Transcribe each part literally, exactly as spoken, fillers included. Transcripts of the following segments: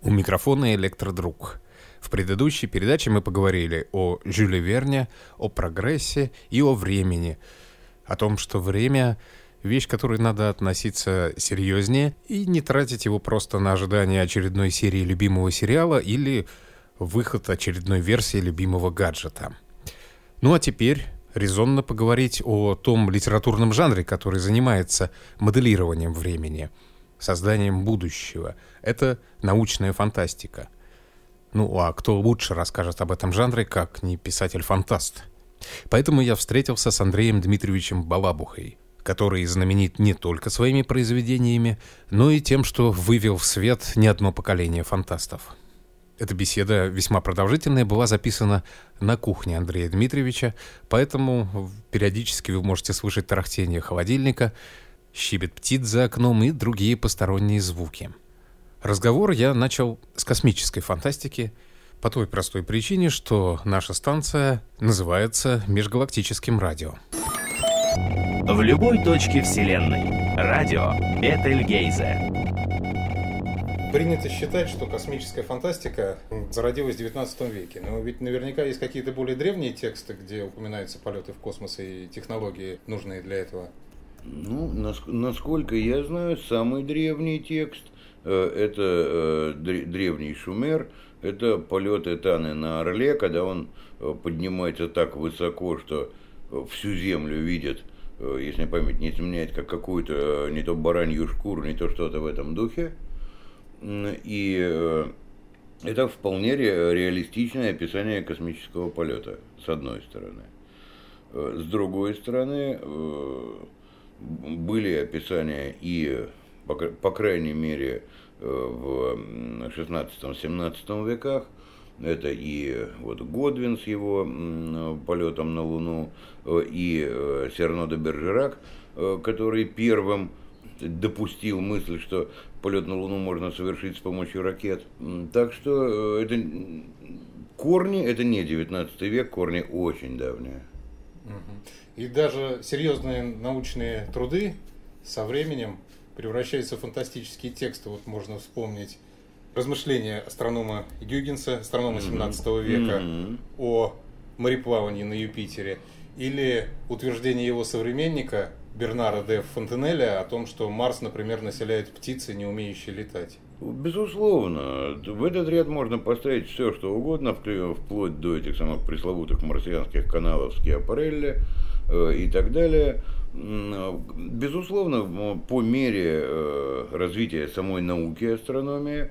У микрофона Электродруг. В предыдущей передаче мы поговорили о Жюле Верне, о прогрессе и о времени. О том, что время — вещь, к которой надо относиться серьезнее и не тратить его просто на ожидание очередной серии любимого сериала или выход очередной версии любимого гаджета. Ну а теперь резонно поговорить о том литературном жанре, который занимается моделированием времени, созданием будущего. Это научная фантастика. Ну а кто лучше расскажет об этом жанре, как не писатель-фантаст? Поэтому я встретился с Андреем Дмитриевичем Балабухой, который знаменит не только своими произведениями, но и тем, что вывел в свет не одно поколение фантастов. Эта беседа, весьма продолжительная, была записана на кухне Андрея Дмитриевича, поэтому периодически вы можете слышать тарахтение холодильника, щебет птиц за окном и другие посторонние звуки. Разговор я начал с космической фантастики по той простой причине, что наша станция называется Межгалактическим радио. В любой точке Вселенной. Радио Бетельгейзе. Принято считать, что космическая фантастика зародилась в девятнадцатом веке. Но ведь наверняка есть какие-то более древние тексты, где упоминаются полеты в космос и технологии, нужные для этого. Ну, насколько я знаю, самый древний текст э, это э, древний Шумер, это полет Этаны на Орле, когда он э, поднимается так высоко, что всю Землю видит, э, если память не изменяет, как какую-то э, не то баранью шкуру, не то что-то в этом духе. И э, это вполне ре, реалистичное описание космического полета, с одной стороны. Э, с другой стороны, э, были описания и, по, по крайней мере, в шестнадцатом-семнадцатом веках. Это и вот Годвин с его полетом на Луну, и Серно де Бержерак, который первым допустил мысль, что полет на Луну можно совершить с помощью ракет. Так что это корни, это не девятнадцатый век, корни очень давние. И даже серьезные научные труды со временем превращаются в фантастические тексты. Вот можно вспомнить размышления астронома Гюйгенса, астронома семнадцатого века, mm-hmm. о мореплавании на Юпитере, или утверждение его современника Бернара де Фонтенеля о том, что Марс, например, населяет птицы, не умеющие летать. Безусловно, в этот ряд можно поставить все, что угодно, вплоть до этих самых пресловутых марсианских каналов Скиапарелли э, и так далее. Безусловно, по мере э, развития самой науки астрономии,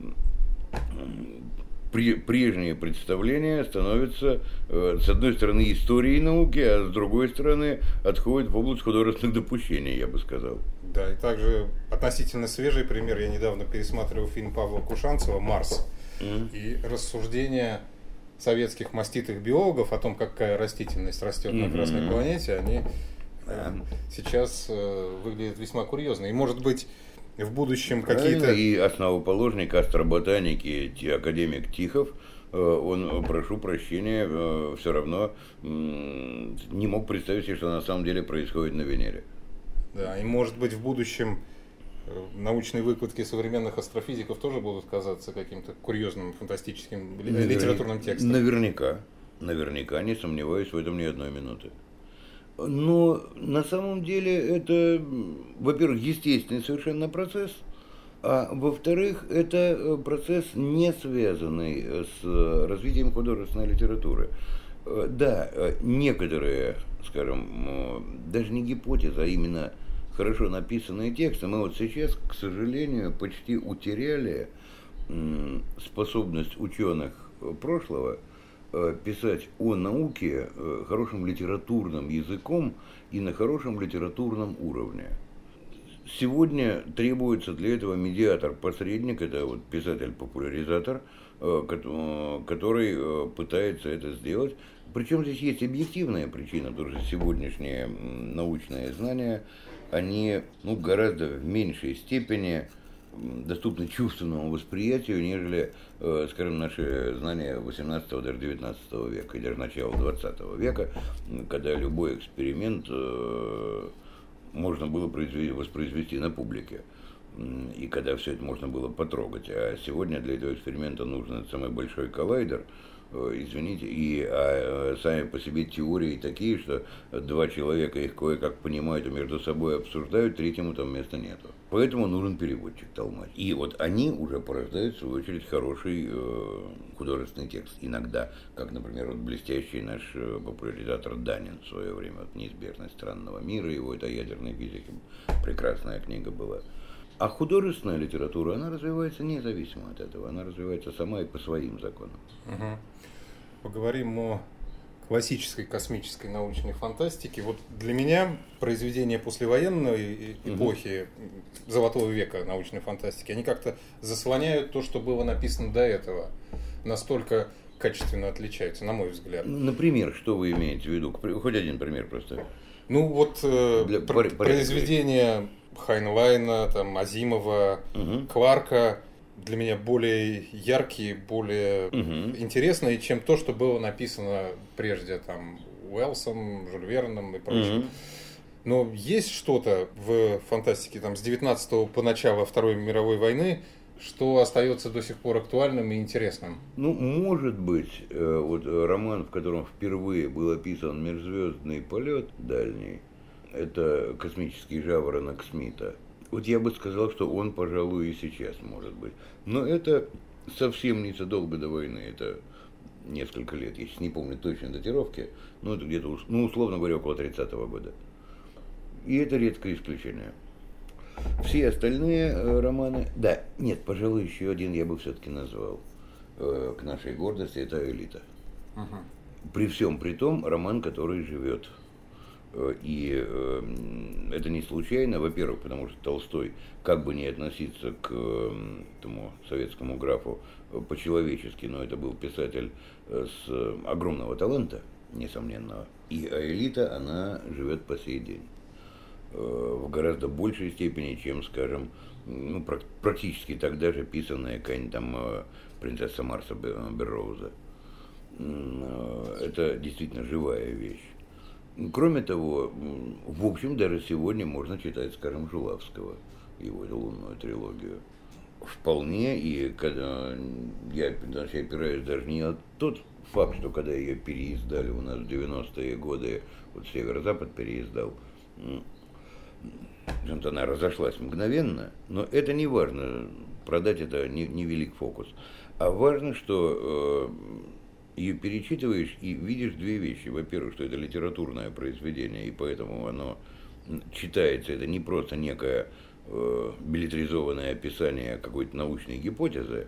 прежние представления становятся, с одной стороны, историей науки, а с другой стороны, отходят в область художественных допущений, я бы сказал. Да, и также относительно свежий пример. Я недавно пересматривал фильм Павла Кушанцева «Марс». Mm. И рассуждения советских маститых биологов о том, какая растительность растет mm-hmm. на Красной планете, они mm. сейчас э, выглядят весьма курьезно. И, может быть, в будущем Правильно. какие-то... И основоположник астроботаники, академик Тихов, он, прошу прощения, все равно не мог представить себе, что на самом деле происходит на Венере. Да, и может быть в будущем научные выкладки современных астрофизиков тоже будут казаться каким-то курьезным, фантастическим Навер... литературным текстом. Наверняка, наверняка, не сомневаюсь в этом ни одной минуты. Но на самом деле это, во-первых, естественный совершенно процесс, а во-вторых, это процесс, не связанный с развитием художественной литературы. Да, некоторые, скажем, даже не гипотезы, а именно хорошо написанные тексты, мы вот сейчас, к сожалению, почти утеряли способность ученых прошлого писать о науке хорошим литературным языком и на хорошем литературном уровне. Сегодня требуется для этого медиатор, посредник, это вот писатель-популяризатор, который пытается это сделать. Причем здесь есть объективная причина, потому что сегодняшние научные знания, они ну, гораздо в меньшей степени доступны чувственному восприятию, нежели, э, скажем, наши знания восемнадцатого, даже девятнадцатого века, или даже начала двадцатого века, когда любой эксперимент э, можно было произвести, воспроизвести на публике. и когда все это можно было потрогать. А сегодня для этого эксперимента нужен самый большой коллайдер, извините, и а, сами по себе теории такие, что два человека их кое-как понимают и между собой обсуждают, третьему там места нету. Поэтому нужен переводчик толмач. И вот они уже порождают, в свою очередь, хороший э, художественный текст. Иногда, как, например, вот блестящий наш э, популяризатор Данин в свое время, вот «Неизбежность странного мира», его это ядерной физики, прекрасная книга была. А художественная литература, она развивается независимо от этого, она развивается сама и по своим законам. Угу. Поговорим о классической космической научной фантастике. Вот для меня произведения послевоенной эпохи, угу. Золотого века научной фантастики, они как-то заслоняют то, что было написано до этого. Настолько качественно отличаются, на мой взгляд. Например, что вы имеете в виду? Хоть один пример просто. Ну вот для... про- произведения Хайнлайна, там, Азимова, угу. Кларка для меня более яркие, более угу. интересные, чем то, что было написано прежде там Уэллсом, Жюль Верном и прочим. Угу. Но есть что-то в фантастике там, с девятнадцатого по начало Второй мировой войны, что остается до сих пор актуальным и интересным? Ну, может быть, вот роман, в котором впервые был описан межзвездный полет дальний, это «Космический жаворонок» Смита. Вот я бы сказал, что он, пожалуй, и сейчас может быть. Но это совсем не задолго до войны, это несколько лет. Я сейчас не помню точной датировки, но это где-то, ну, условно говоря, около тридцатого года. И это редкое исключение. Все остальные романы... Да, нет, пожалуй, еще один я бы все-таки назвал. К нашей гордости, это «Аэлита». Угу. При всем при том, роман, который живет. И э, это не случайно, во-первых, потому что Толстой, как бы ни относиться к э, тому советскому графу по-человечески, но это был писатель с огромного таланта, несомненного. И «Аэлита», она живет по сей день. Э, в гораздо большей степени, чем, скажем, ну, практически тогда же писанная какая-нибудь там э, «Принцесса Марса» Берроуза. Э, это действительно живая вещь. Кроме того, в общем, даже сегодня можно читать, скажем, Жулавского, его лунную трилогию. Вполне, и когда я, значит, я опираюсь даже не на тот факт, что когда ее переиздали у нас в девяностые годы, вот Северо-Запад переиздал, она разошлась мгновенно, но это не важно, продать это не, не велик фокус. А важно, что ее перечитываешь и видишь две вещи. Во-первых, что это литературное произведение, и поэтому оно читается, это не просто некое э, билетризованное описание какой-то научной гипотезы,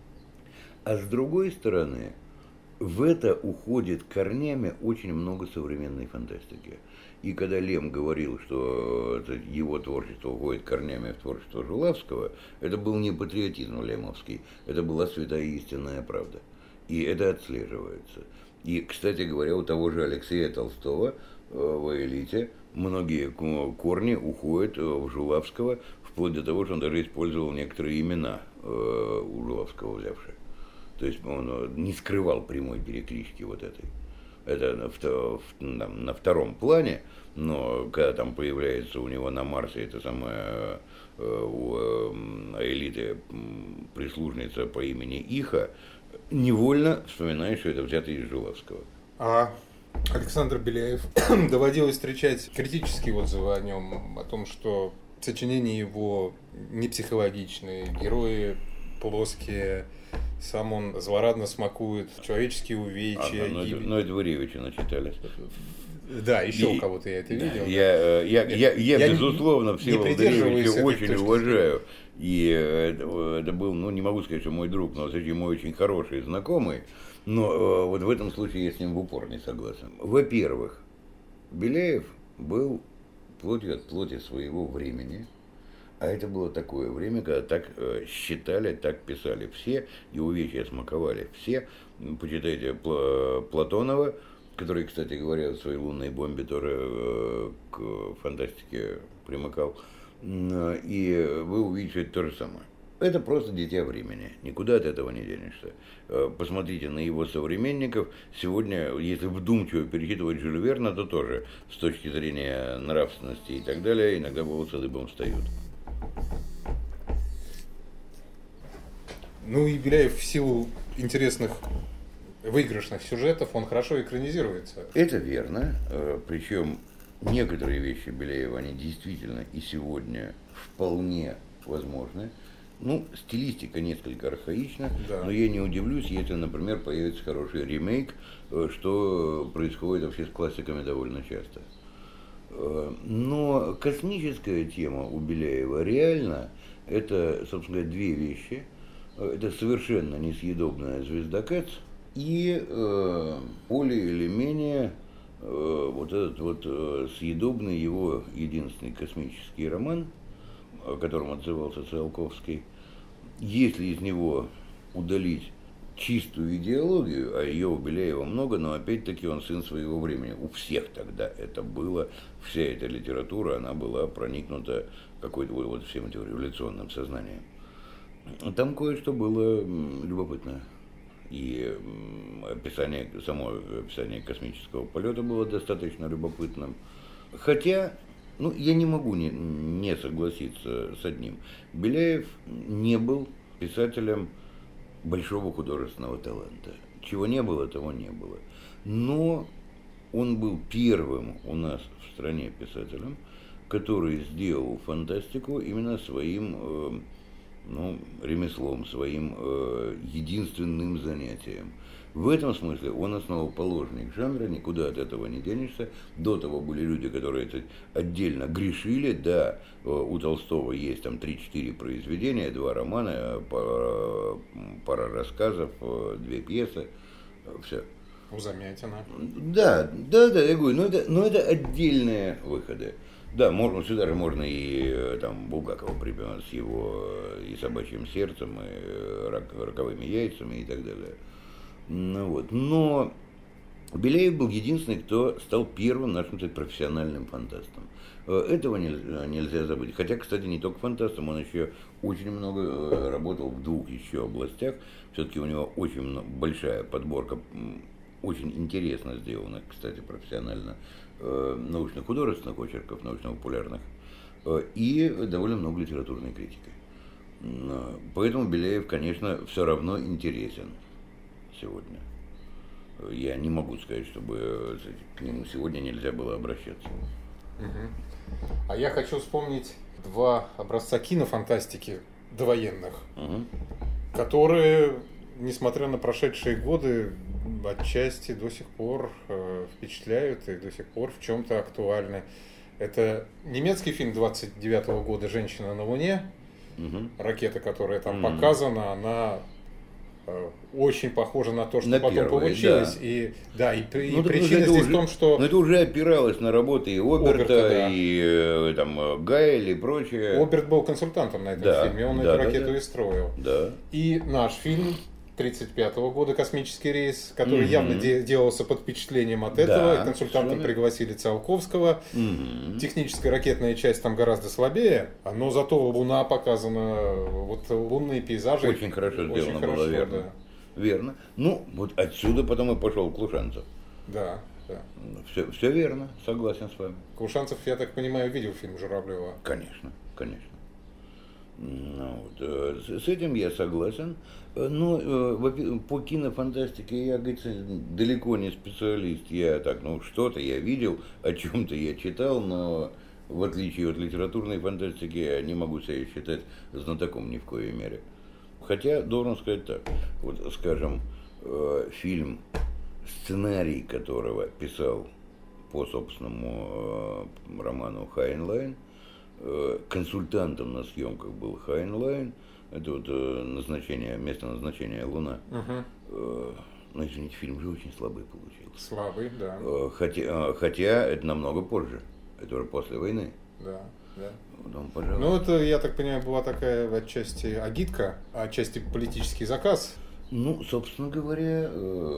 а с другой стороны, в это уходит корнями очень много современной фантастики. И когда Лем говорил, что его творчество уходит корнями в творчество Жулавского, это был не патриотизм лемовский, это была святая истинная правда. И это отслеживается. И, кстати говоря, у того же Алексея Толстого э, в «Аэлите» многие корни уходят в Жулавского, вплоть до того, что он даже использовал некоторые имена э, у Жулавского взявшие. То есть он не скрывал прямой переклички вот этой. Это на, в, на, на втором плане, но когда там появляется у него на Марсе это самое э, у э, «Аэлиты» прислужница по имени Иха, невольно вспоминаешь, что это взято из Жулавского. А Александр Беляев доводилось встречать критические отзывы о нем, о том, что сочинения его не психологичные, герои плоские, сам он злорадно смакует человеческие увечья. Ага, но, это, но это вы Ревича начитались. Да, еще и, у кого-то я это видел. Я, я, Нет, я, я, я безусловно, Всеволода Ревича очень уважаю. И это, это был, ну, не могу сказать, что мой друг, но кстати, мой очень хороший знакомый. Но э, вот в этом случае я с ним в упор не согласен. Во-первых, Беляев был плотью от плоти своего времени. А это было такое время, когда так э, считали, так писали все, и увечья смаковали все. Почитайте Пла- Платонова, который, кстати говоря, в своей «Лунной бомбе» тоже э, к фантастике примыкал. И вы увидите то же самое. Это просто дитя времени. Никуда от этого не денешься. Посмотрите на его современников. Сегодня, если вдумчиво перечитывать Жюля Верна, то тоже с точки зрения нравственности и так далее, иногда волосы дыбом встают. Ну и Беляев в силу интересных выигрышных сюжетов, он хорошо экранизируется. Это верно. Причем некоторые вещи Беляева, они действительно и сегодня вполне возможны. Ну, стилистика несколько архаична, да. Но я не удивлюсь, если, например, появится хороший ремейк, что происходит вообще с классиками довольно часто. Но космическая тема у Беляева реально, это, собственно говоря, две вещи. Это совершенно несъедобная звезда Кэтс и э, более или менее э, вот этот вот э, съедобный его единственный космический роман, о котором отзывался Циолковский. Если из него удалить чистую идеологию, а ее у Беляева много, но опять-таки он сын своего времени. У всех тогда это было, вся эта литература, она была проникнута какой-то вот, вот всем этим революционным сознанием. Там кое-что было любопытное. И описание, само описание космического полета было достаточно любопытным. Хотя, ну, я не могу не, не согласиться с одним. Беляев не был писателем большого художественного таланта. Чего не было, того не было. Но он был первым у нас в стране писателем, который сделал фантастику именно своим э, ну, ремеслом, своим э, единственным занятием. В этом смысле он основоположник жанра, никуда от этого не денешься. До того были люди, которые это отдельно грешили. Да, у Толстого есть там три-четыре произведения, два романа, пара, пара рассказов, две пьесы, все. У Замятина. Да, да, да, я говорю, но это, но это отдельные выходы. Да, можно, сюда же можно и там Булгакова припоминать с его и собачьим сердцем, и рак, роковыми яйцами и так далее. Ну, вот. Но Беляев был единственный, кто стал первым нашим сказать, профессиональным фантастом. Этого нельзя, нельзя забыть. Хотя, кстати, не только фантастом, он еще очень много работал в двух еще областях. Все-таки у него очень много, большая подборка, очень интересно сделанных, кстати, профессионально, научно-художественных очерков, научно-популярных, и довольно много литературной критики. Поэтому Беляев, конечно, все равно интересен сегодня. Я не могу сказать, чтобы к нему сегодня нельзя было обращаться. Угу. А я хочу вспомнить два образца кинофантастики довоенных, угу. которые, несмотря на прошедшие годы, отчасти до сих пор э, впечатляют и до сих пор в чем-то актуальны. Это немецкий фильм двадцать девятого года «Женщина на Луне». Угу. Ракета, которая там угу. показана, она очень похоже на то, что на потом первый, получилось. Да. И, да, и, ну, и причина здесь уже, в том, что... Но это уже опиралось на работы и Оберта, Оберта да. и там, Гайля и прочее. Оберт был консультантом на этом да, фильме, он да, эту ракету да, и строил. Да. И наш фильм тридцать пятого года «Космический рейс», который mm-hmm. явно де- делался под впечатлением от этого. Да, консультантом совершенно. Пригласили Циолковского. Mm-hmm. Техническая ракетная часть там гораздо слабее, но зато Луна показана, вот лунные пейзажи. Очень хорошо очень сделано хорошо, было, верно. Да. Верно. Ну, вот отсюда потом и пошел Клушанцев. Да, да. Все, все верно, согласен с вами. Клушанцев, я так понимаю, видел фильм Журавлева. Конечно, конечно. Ну, вот, с этим я согласен. Но по кинофантастике я, говорится, далеко не специалист. Я так, ну, что-то я видел, о чем-то я читал, но в отличие от литературной фантастики я не могу себя считать знатоком ни в коей мере. Хотя, должен сказать так, вот, скажем, фильм, сценарий которого писал по собственному роману Хайнлайн, консультантом на съемках был Хайнлайн. Это вот назначение, место назначения Луна. Uh-huh. Но, извините, фильм же очень слабый получился. Слабый, да. Хотя, хотя это намного позже. Это уже после войны. Да, да. Потом, ну, это, я так понимаю, была такая отчасти агитка, отчасти политический заказ. Ну, собственно говоря,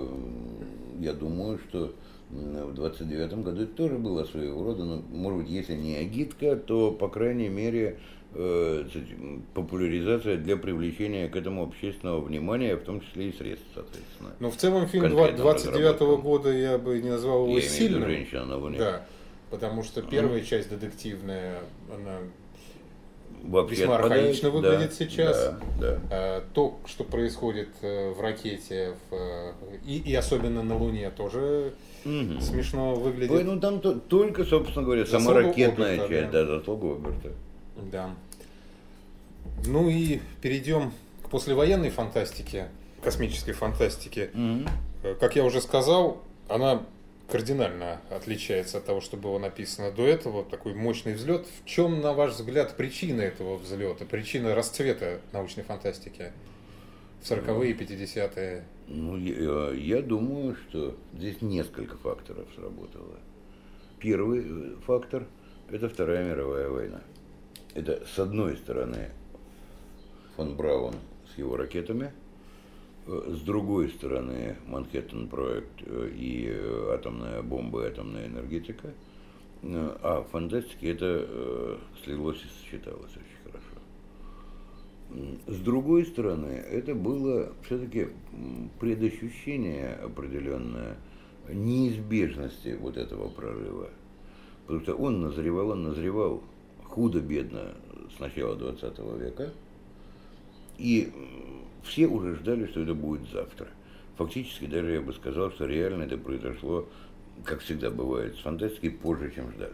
я думаю, что в двадцать девятом году это тоже было своего рода, ну, может быть, если не агитка, то, по крайней мере, э, популяризация для привлечения к этому общественного внимания, в том числе и средств, соответственно. Но в целом фильм двадцать девятого года я бы не назвал его я сильным. «Женщина на Луне». Да, потому что первая mm. часть детективная, она вообще весьма отпадает. архаично выглядит Да, сейчас. да, да. А, то, что происходит в ракете, в, и, и особенно на Луне, тоже Мгм. смешно выглядит. Ой, ну там то- только, собственно говоря, сама Заслуга ракетная Оберта, часть, да. да, заслуга Оберта. Да. Ну и перейдем к послевоенной фантастике, космической фантастике. Мгм. Э, Как я уже сказал, она кардинально отличается от того, что было написано до этого. Такой мощный взлет. В чем, на ваш взгляд, причина этого взлета, причина расцвета научной фантастики в сороковые и пятидесятые? Ну, я, я думаю, что здесь несколько факторов сработало. Первый э, фактор – это Вторая мировая война. Это, с одной стороны, фон Браун с его ракетами, э, с другой стороны, Манхэттен-проект э, и э, атомная бомба, и атомная энергетика. Э, А в фантастике это э, слилось и сочеталось очень хорошо. М, С другой стороны, это было все-таки предощущение определенное неизбежности вот этого прорыва. Потому что он назревал, он назревал худо-бедно с начала двадцатого века. И м, все уже ждали, что это будет завтра. Фактически даже я бы сказал, что реально это произошло, как всегда бывает, с фантастикой позже, чем ждали.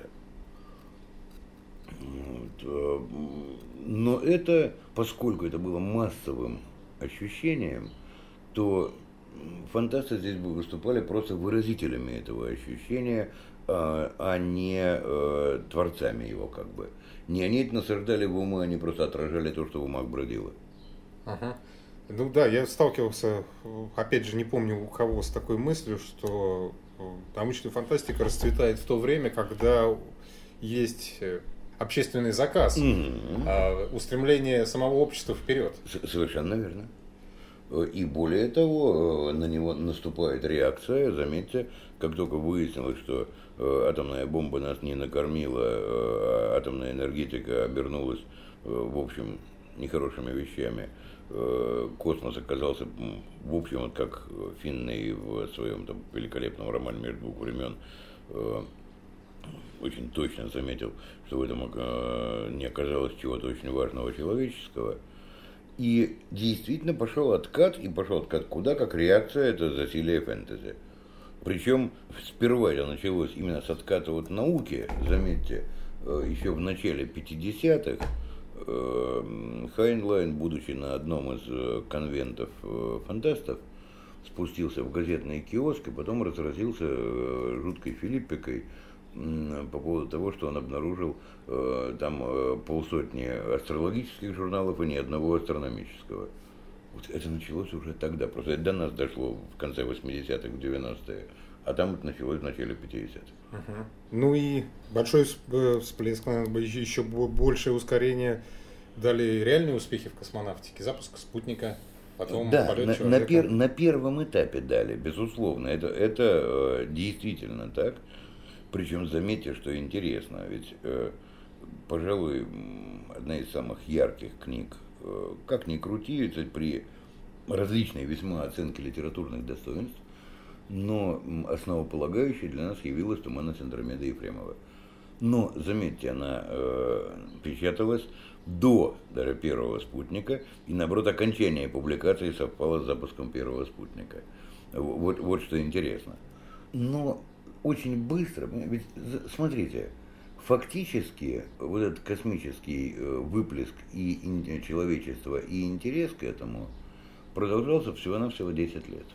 Вот, э, Но это, поскольку это было массовым ощущением, то фантасты здесь бы выступали просто выразителями этого ощущения, а, а не э, творцами его как бы. Не они это насаждали в умы, они просто отражали то, что в умах бродило. Ага. Ну да, я сталкивался, опять же, не помню у кого, с такой мыслью, что научная фантастика расцветает в то время, когда есть общественный заказ, Мгм. а устремление самого общества вперед. С- Совершенно верно. И более того, э, на него наступает реакция. Заметьте, как только выяснилось, что э, атомная бомба нас не накормила, э, а атомная энергетика обернулась, э, в общем, нехорошими вещами, э, космос оказался, м, в общем, вот как Финней в своем там великолепном романе «Между двух времен» э, очень точно заметил, что в этом э, не оказалось чего-то очень важного человеческого. И действительно пошел откат, и пошел откат куда, как реакция, это засилие фэнтези. Причем сперва это началось именно с отката от науки, заметьте, э, еще в начале пятидесятых э, Хайнлайн, будучи на одном из э, конвентов э, фантастов, спустился в газетный киоск и потом разразился э, жуткой филиппикой м, по поводу того, что он обнаружил э, там э, полсотни астрологических журналов и ни одного астрономического. Вот это началось уже тогда, просто это до нас дошло в конце восьмидесятых, в девяностые, а там это началось в начале пятидесятых. Мгм. Ну и большой всп- э, всплеск, наверное, еще еще бо- большее ускорение дали реальные успехи в космонавтике, запуск спутника, потом Да, полет на, на, человека. пер- на первом этапе дали, безусловно, это, это э, действительно так. Причем заметьте, что интересно, ведь, э, пожалуй, м, одна из самых ярких книг, э, как ни крути, это при различной весьма оценке литературных достоинств, но м, основополагающей для нас явилась «Туманность Андромеды» Ефремова. Но, заметьте, она э, печаталась до даже первого спутника, и наоборот, окончание публикации совпало с запуском первого спутника. Вот, вот что интересно. Но очень быстро, ведь за- смотрите, фактически вот этот космический э, выплеск и ин- человечества, и интерес к этому продолжался всего-навсего десять лет.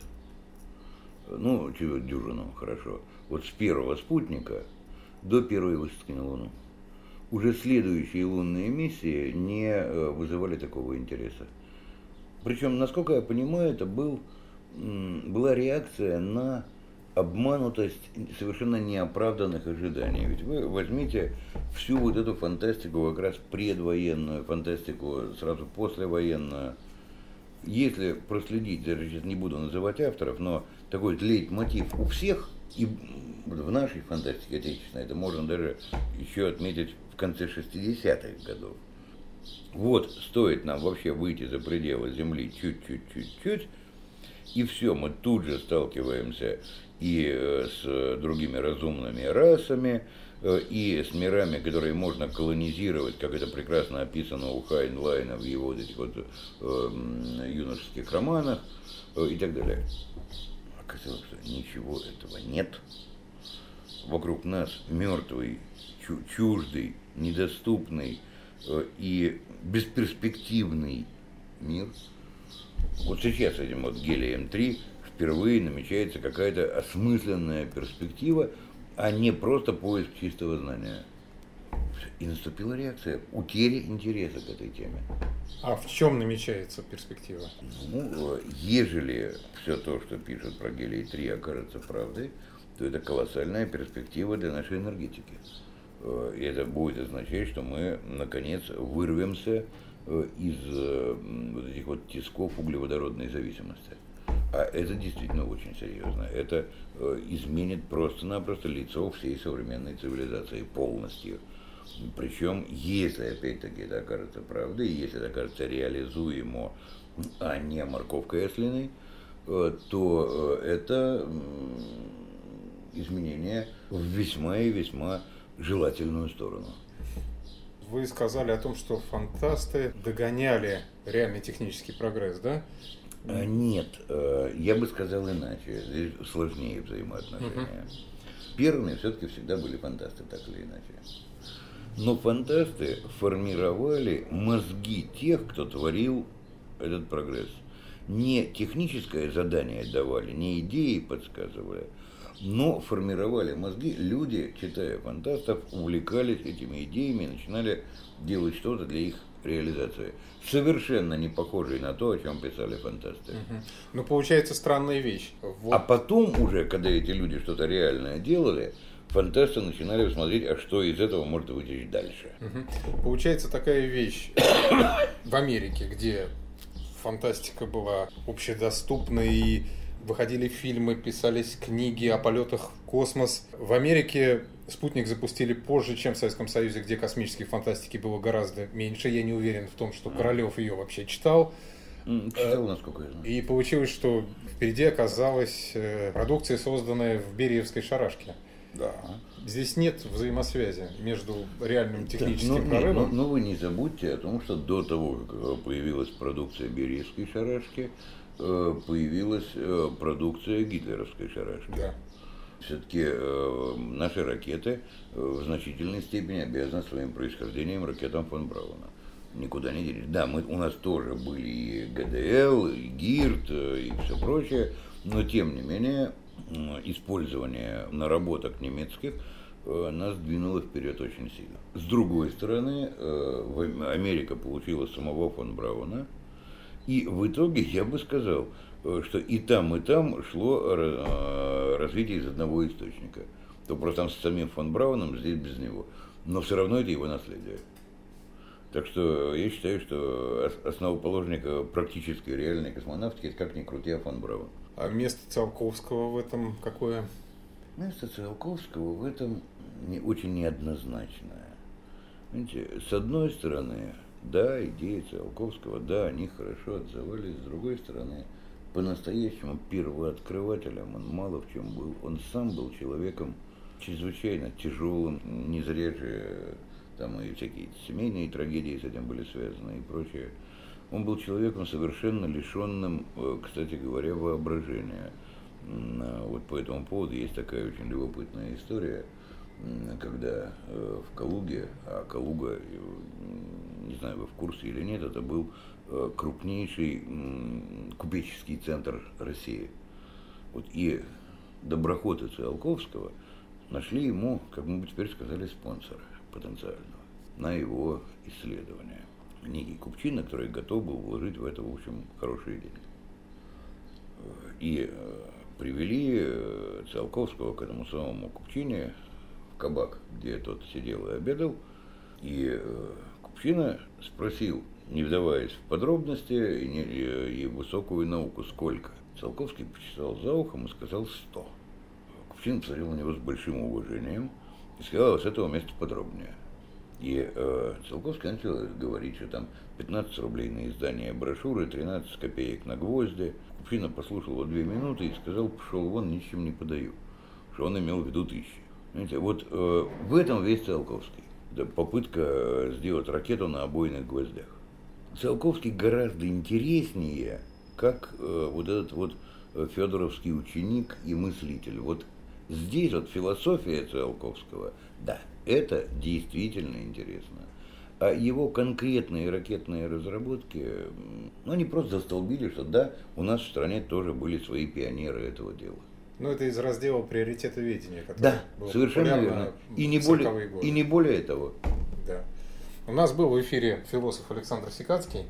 Ну, чего дюжину, хорошо. Вот с первого спутника до первой высадки на Луну. Уже следующие лунные миссии не э, вызывали такого интереса. Причем, насколько я понимаю, это был, м, была реакция на обманутость совершенно неоправданных ожиданий. Ведь вы возьмите всю вот эту фантастику, как раз предвоенную, фантастику сразу послевоенную. Если проследить, даже сейчас не буду называть авторов, но такой лейтмотив у всех, и в нашей фантастике отечественной, это можно даже еще отметить в конце шестидесятых годов. Вот стоит нам вообще выйти за пределы Земли чуть-чуть-чуть-чуть, и все, мы тут же сталкиваемся и с другими разумными расами, и с мирами, которые можно колонизировать, как это прекрасно описано у Хайнлайна в его вот этих вот э, юношеских романах э, и так далее. Оказалось, что ничего этого нет. Вокруг нас мертвый, чу- чуждый, недоступный э, и бесперспективный мир. Вот сейчас с этим вот гелием три впервые намечается какая-то осмысленная перспектива, а не просто поиск чистого знания. И наступила реакция утери интереса к этой теме. А в чем намечается перспектива? Ну, ежели все то, что пишут про гелий три, окажется правдой, то это колоссальная перспектива для нашей энергетики. И это будет означать, что мы, наконец, вырвемся из вот этих вот тисков углеводородной зависимости. А это действительно очень серьезно. Это изменит просто-напросто лицо всей современной цивилизации полностью. Причем, если опять-таки это окажется правдой, если это окажется реализуемо, а не морковкой ослиной, то это изменение в весьма и весьма желательную сторону. Вы сказали о том, что фантасты догоняли реальный технический прогресс, да? Нет, я бы сказал иначе. Здесь сложнее взаимоотношения. Uh-huh. Первыми все-таки всегда были фантасты, так или иначе. Но фантасты формировали мозги тех, кто творил этот прогресс. Не техническое задание давали, не идеи подсказывали, но формировали мозги. Люди, читая фантастов, увлекались этими идеями и начинали делать что-то для их реализации. Совершенно не похожие на то, о чем писали фантасты. Угу. Ну, получается странная вещь. Вот. А потом уже, когда эти люди что-то реальное делали, фантасты начинали смотреть, а что из этого может выйти дальше. Угу. Получается такая вещь в Америке, где фантастика была общедоступной, и выходили фильмы, писались книги о полетах в космос. В Америке «Спутник» запустили позже, чем в Советском Союзе, где космической фантастики было гораздо меньше. Я не уверен в том, что Королёв ее вообще читал. Читал, насколько я знаю. И получилось, что впереди оказалась продукция, созданная в Бериевской шарашке. Да. Здесь нет взаимосвязи между реальным техническим так, но, прорывом. Но, но вы не забудьте о том, что до того, как появилась продукция Бериевской шарашки, появилась продукция гитлеровской шарашки. Да. Все-таки э, наши ракеты в значительной степени обязаны своим происхождением ракетам фон Брауна. Никуда не делись. Да, мы, у нас тоже были и ГДЛ, и ГИРТ, и все прочее, но тем не менее использование наработок немецких э, нас двинуло вперед очень сильно. С другой стороны, э, Америка получила самого фон Брауна, и в итоге я бы сказал, что и там, и там шло развитие из одного источника. То просто там с самим фон Брауном, здесь без него. Но все равно это его наследие. Так что я считаю, что основоположник практической реальной космонавтики, это как ни крути, а фон Браун. А место Циолковского в этом какое? Место Циолковского в этом не, очень неоднозначное. Видите, с одной стороны, да, идеи Циолковского, да, они хорошо отзывались. С другой стороны, по-настоящему первооткрывателем он мало в чем был. Он сам был человеком чрезвычайно тяжелым, не зря же там и всякие семейные трагедии с этим были связаны и прочее. Он был человеком совершенно лишенным, кстати говоря, воображения. Вот по этому поводу есть такая очень любопытная история, когда в Калуге, а Калуга, не знаю, вы в курсе или нет, это был крупнейший купеческий центр России. Вот и доброхоты Циолковского нашли ему, как мы бы теперь сказали, спонсора потенциального на его исследования. Некий купчина, который готов был вложить в это, в общем, хорошие деньги. И привели Циолковского к этому самому купчине в кабак, где тот сидел и обедал. И купчина спросил, не вдаваясь в подробности и, не, и, и высокую науку, сколько. Циолковский почесал за ухом и сказал сто. Купчин посмотрел на него с большим уважением и сказал, с этого места подробнее. И э, Циолковский начал говорить, что там пятнадцать рублей на издание брошюры, тринадцать копеек на гвозди. Купчина послушал его две минуты и сказал, пошел вон, ничем не подаю. Что он имел в виду тысячи. Знаете, вот э, в этом весь Циолковский. Да, попытка сделать ракету на обойных гвоздях. Циолковский гораздо интереснее, как э, вот этот вот федоровский ученик и мыслитель. Вот здесь вот философия Циолковского, да, это действительно интересно. А его конкретные ракетные разработки, ну, они просто застолбили, что да, у нас в стране тоже были свои пионеры этого дела. Ну, это из раздела приоритетоведения, который да, был совершенно верно. И не, более, и не более того. Да. У нас был в эфире философ Александр Сикацкий,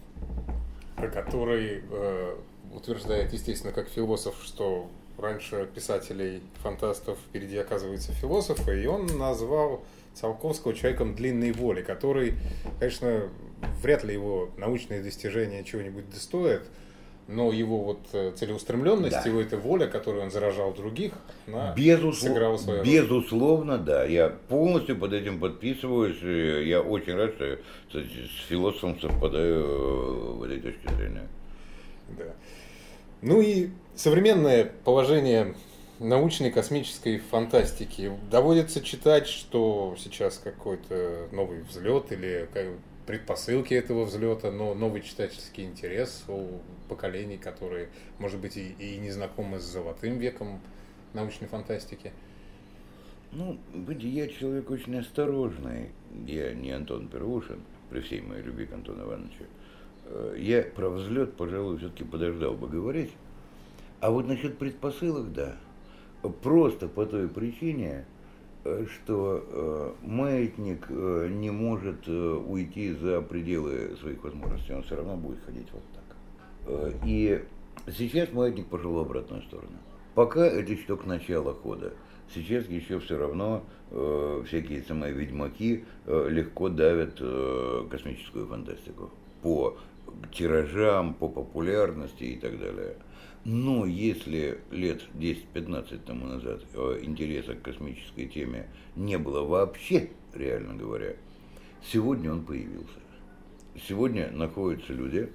который э, утверждает, естественно, как философ, что раньше писателей, фантастов впереди оказываются философы, и он назвал Циолковского человеком длинной воли, который, конечно, вряд ли его научные достижения чего-нибудь достоят, но его вот целеустремленность, да. его эта воля, которую он заражал других, она Безуслов... сыграла свою роль. Безусловно, да. Я полностью под этим подписываюсь. Я очень рад, что с философом совпадаю в этой точке зрения. Да. Ну и современное положение научной космической фантастики. Доводится читать, что сейчас какой-то новый взлет или предпосылки этого взлета, но новый читательский интерес у поколений, которые, может быть, и, и не знакомы с золотым веком научной фантастики. Ну, я человек очень осторожный. Я не Антон Первушин, при всей моей любви к Антону Ивановичу. Я про взлет, пожалуй, все-таки подождал бы говорить. А вот насчет предпосылок, да. Просто по той причине, что э, маятник э, не может э, уйти за пределы своих возможностей, он все равно будет ходить вот так. Э, и сейчас маятник пошел в обратную сторону. Пока это еще только начало хода. Сейчас еще все равно э, всякие самые ведьмаки э, легко давят э, космическую фантастику по тиражам, по популярности и так далее. Но если лет десять-пятнадцать тому назад интереса к космической теме не было вообще, реально говоря, сегодня он появился. Сегодня находятся люди,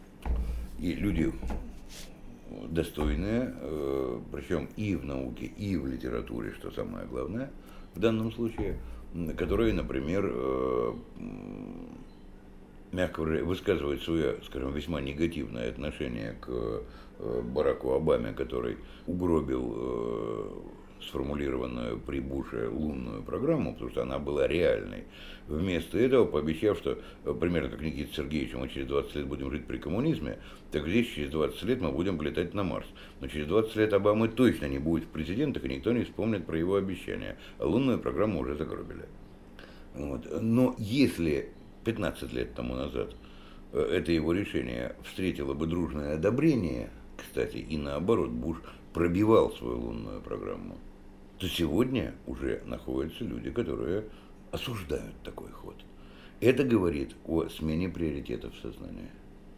и люди достойные, причем и в науке, и в литературе, что самое главное в данном случае, которые, например, мягко выражаясь, высказывают свое, скажем, весьма негативное отношение к Бараку Обаме, который угробил э, сформулированную при Буше лунную программу, потому что она была реальной. Вместо этого, пообещав, что примерно как Никита Сергеевич, мы через двадцать лет будем жить при коммунизме, так здесь через двадцать лет мы будем летать на Марс. Но через двадцать лет Обамы точно не будет в президентах, и никто не вспомнит про его обещания. А лунную программу уже загробили. Вот. Но если пятнадцать лет тому назад это его решение встретило бы дружное одобрение, кстати, и наоборот, Буш пробивал свою лунную программу, то сегодня уже находятся люди, которые осуждают такой ход. Это говорит о смене приоритетов сознания.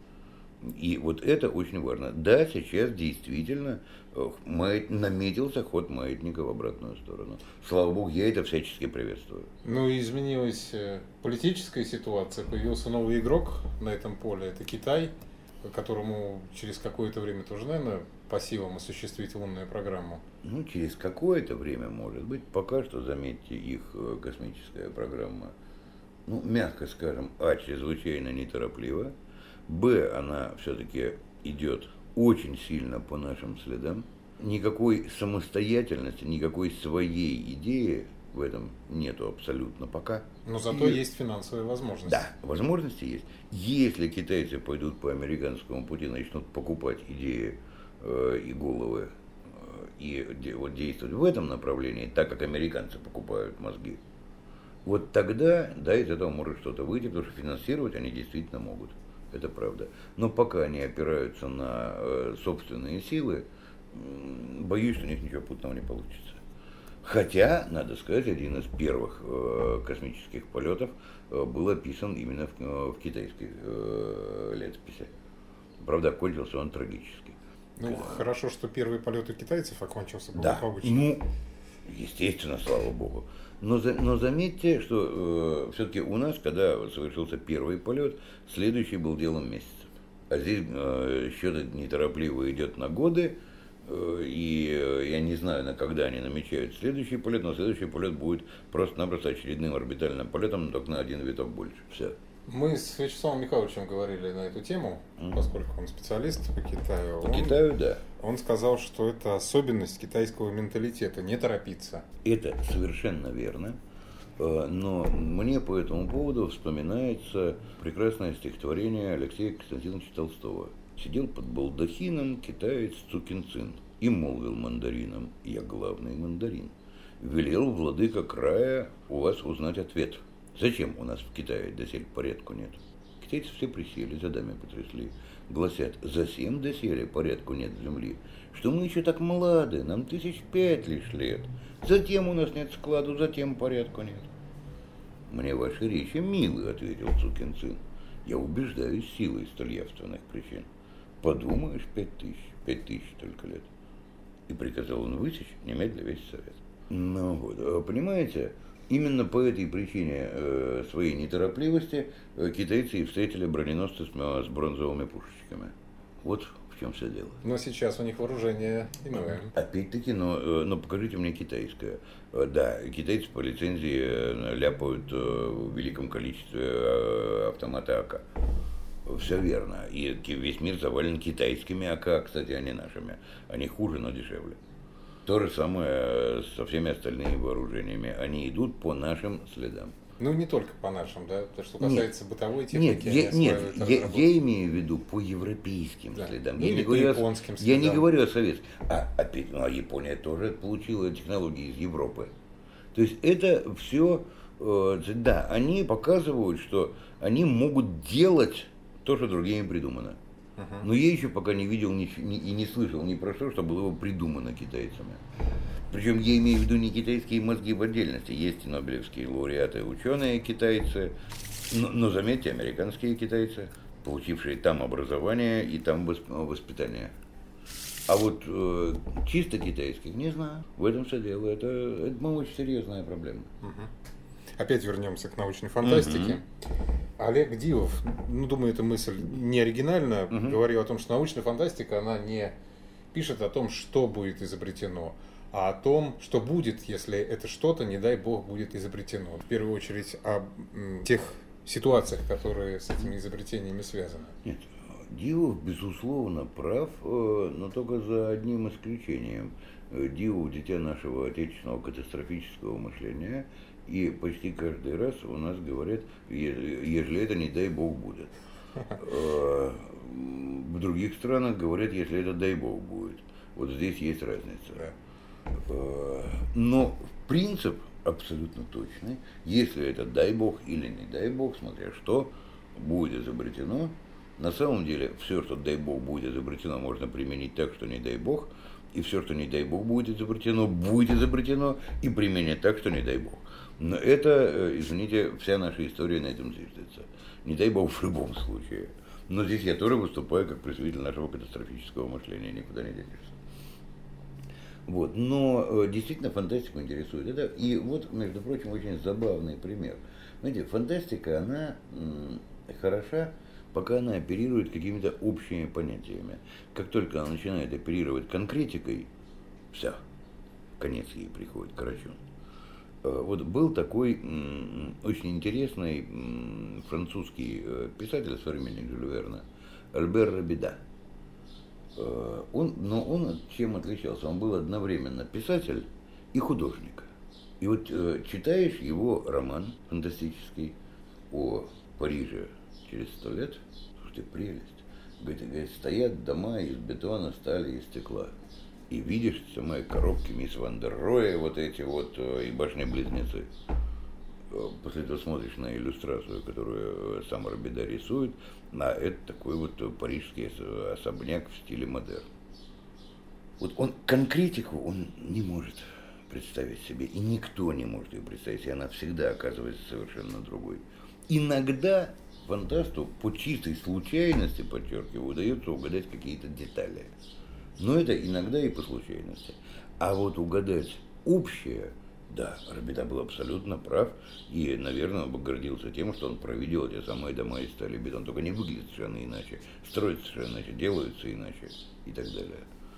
И вот это очень важно. Да, сейчас действительно маят... наметился ход маятника в обратную сторону. Слава богу, я это всячески приветствую. Ну и изменилась политическая ситуация, появился новый игрок на этом поле, это Китай, которому через какое-то время тоже, наверное, по силам осуществить лунную программу. Ну, через какое-то время, может быть. Пока что, заметьте, их космическая программа, ну, мягко скажем, а, чрезвычайно нетороплива, б, она все-таки идет очень сильно по нашим следам. Никакой самостоятельности, никакой своей идеи в этом нету абсолютно пока. Но зато и... есть финансовые возможности. Да, возможности есть. Если китайцы пойдут по американскому пути, начнут покупать идеи э, и головы, э, и де, вот действовать в этом направлении, так как американцы покупают мозги, вот тогда, да, из этого может что-то выйти, потому что финансировать они действительно могут. Это правда. Но пока они опираются на э, собственные силы, э, боюсь, что у них ничего путного не получится. Хотя, надо сказать, один из первых э, космических полетов э, был описан именно в, э, в китайской э, летописи. Правда, кончился он трагически. Ну, Когда... хорошо, что первый полет у китайцев окончился благополучно. Да, ну, естественно, слава богу. Но, но заметьте, что э, все-таки у нас, когда совершился первый полет, следующий был делом месяцев. А здесь э, счет неторопливо идет на годы. И я не знаю, на когда они намечают следующий полет, но следующий полет будет просто-напросто очередным орбитальным полетом, только на один виток больше. Все. Мы с Вячеславом Михайловичем говорили на эту тему, mm. поскольку он специалист по Китаю. По он, Китаю, да. Он сказал, что это особенность китайского менталитета, не торопиться. Это совершенно верно. Но мне по этому поводу вспоминается прекрасное стихотворение Алексея Константиновича Толстого. Сидел под балдахином китаец Цукин Цин и молвил мандарином: «Я главный мандарин. Велел владыка края у вас узнать ответ. Зачем у нас в Китае досель порядку нет?» Китайцы все присели, задами потрясли. Гласят: «Засем доселе порядку нет земли, что мы еще так молоды, нам тысяч пять лишь лет. Затем у нас нет складу, затем порядку нет». «Мне ваши речи милы», — ответил Цукин Цин. «Я убеждаюсь силой столь явственных причин. Подумаешь, пять тысяч, пять тысяч только лет». И приказал он высечь немедля весь совет. Ну вот, понимаете, именно по этой причине э, своей неторопливости э, китайцы и встретили броненосцы с, с бронзовыми пушечками. Вот в чем все дело. Но сейчас у них вооружение иное. Опять-таки, но, но покажите мне китайское. Да, китайцы по лицензии ляпают в великом количестве автомата АК. Все верно. И весь мир завален китайскими АК, кстати, а не нашими. Они хуже, но дешевле. То же самое со всеми остальными вооружениями. Они идут по нашим следам. Ну, не только по нашим, да? То, что касается нет, бытовой техники. Нет, я, нет я, я имею в виду по европейским да. следам. Я Или не, по говорю японским о, следам. Я не говорю о советских. А, опять, ну, а Япония тоже получила технологии из Европы. То есть это все, э, да, они показывают, что они могут делать то, что другими придумано. Uh-huh. Но я еще пока не видел ни, ни, и не слышал ни про что, что было бы придумано китайцами. Причем я имею в виду не китайские мозги в отдельности. Есть и нобелевские лауреаты, ученые китайцы, но, но заметьте, американские китайцы, получившие там образование и там воспитание. А вот э, чисто китайских не знаю. В этом все дело. Это, это очень серьезная проблема. Угу. Опять вернемся к научной фантастике. Угу. Олег Дивов, ну, думаю, эта мысль не оригинальна, угу. говорил о том, что научная фантастика, она не пишет о том, что будет изобретено, а о том, что будет, если это что-то, не дай бог, будет изобретено. В первую очередь о тех ситуациях, которые с этими изобретениями связаны. Нет, Дивов, безусловно, прав, но только за одним исключением. Дивов – дитя нашего отечественного катастрофического мышления, и почти каждый раз у нас говорят, ежели это, не дай бог, будет. В других странах говорят, если это, дай бог, будет. Вот здесь есть разница. Но принцип абсолютно точный. Если это дай бог или не дай бог, смотря что, будет изобретено. На самом деле, все, что дай бог будет изобретено, можно применить так, что не дай бог. И все, что не дай бог будет изобретено, будет изобретено и применять так, что не дай бог. Но это, извините, вся наша история на этом зиждется. Не дай бог в любом случае. Но здесь я тоже выступаю как представитель нашего катастрофического мышления, никуда не денешься. Вот. Но действительно фантастику интересует. Это, и вот, между прочим, очень забавный пример. Знаете, фантастика, она м, хороша, пока она оперирует какими-то общими понятиями. Как только она начинает оперировать конкретикой, все, конец ей приходит, Карачун. Вот был такой м, очень интересный м, французский писатель, современник Жюля Верна, Альбер Рабида. Он, но он чем отличался? Он был одновременно писатель и художник. И вот э, читаешь его роман фантастический о Париже через сто лет, слушайте, прелесть. Говорит, говорит, стоят дома из бетона, стали и стекла. И видишь самые коробки мисс Ван дер Роэ, вот эти вот, и башни-близнецы. После этого смотришь на иллюстрацию, которую сам Рабида рисует, а это такой вот парижский особняк в стиле модерн. Вот он конкретику он не может представить себе, и никто не может ее представить себе, она всегда оказывается совершенно другой. Иногда фантасту по чистой случайности, подчеркиваю, удается угадать какие-то детали. Но это иногда и по случайности. А вот угадать общее, да, Рабида был абсолютно прав, и, наверное, он бы гордился тем, что он провидел эти самые дома из стали бетона. Он только не выглядит совершенно иначе, строятся совершенно иначе, делаются иначе и так далее.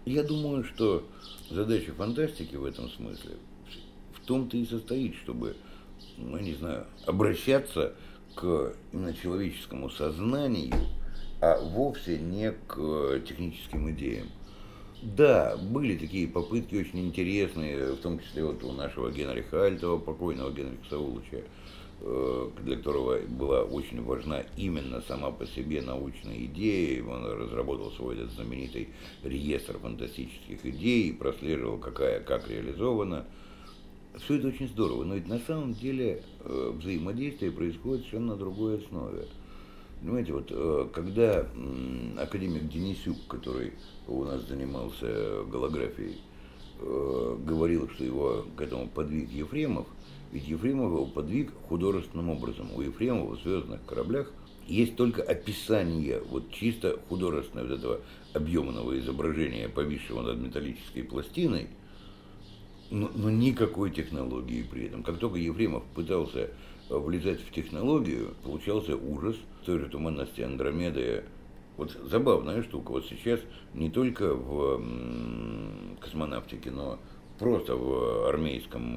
Я думаю, что задача фантастики в этом смысле в том-то и состоит, чтобы, ну, не знаю, обращаться к именно человеческому сознанию, а вовсе не к техническим идеям. Да, были такие попытки очень интересные, в том числе вот у нашего Генриха Альтова, покойного Генриха Саулыча, для которого была очень важна именно сама по себе научная идея. Он разработал свой этот знаменитый реестр фантастических идей, прослеживал, какая как реализована. Все это очень здорово, но ведь на самом деле взаимодействие происходит совершенно на другой основе. Понимаете, вот когда академик Денисюк, который у нас занимался голографией, говорил, что его к этому подвиг Ефремов, ведь Ефремов его подвиг художественным образом. У Ефремова в «Звездных кораблях» есть только описание вот чисто художественного вот этого объемного изображения, повисшего над металлической пластиной, но, но никакой технологии при этом. Как только Ефремов пытался влезать в технологию, получался ужас. В той же «Туманности Андромеды» вот забавная штука. Вот сейчас не только в космонавтике, но просто в армейском,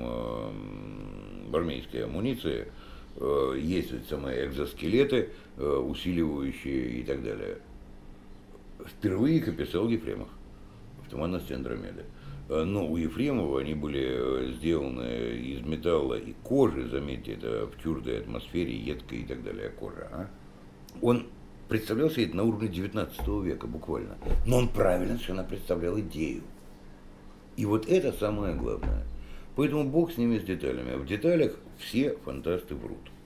в армейской амуниции есть вот самые экзоскелеты, усиливающие и так далее. Впервые их описал Ефремов в «Туманности Андромеды». Но у Ефремова они были сделаны из металла и кожи, заметьте, это в чуждой атмосфере, едкой и так далее кожа. А? Он представлял себе это на уровне девятнадцатого века буквально, но он правильно совершенно представлял идею. И вот это самое главное. Поэтому бог с ними, с деталями. В деталях все фантасты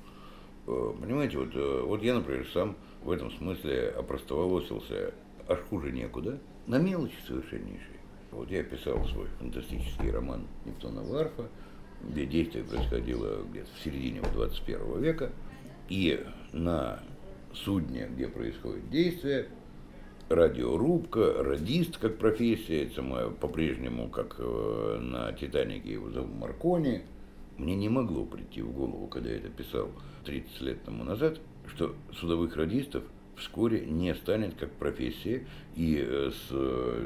врут. Понимаете, вот, вот я, например, сам в этом смысле опростоволосился аж хуже некуда, на мелочи совершеннейшие. Вот я писал свой фантастический роман «Нептунова арфа», где действие происходило где-то в середине двадцать первого века, и на судне, где происходит действие, радиорубка, радист как профессия, это самое, по-прежнему, как на «Титанике» его зовут Маркони. Мне не могло прийти в голову, когда я это писал тридцать лет тому назад, что судовых радистов вскоре не станет как профессия, и с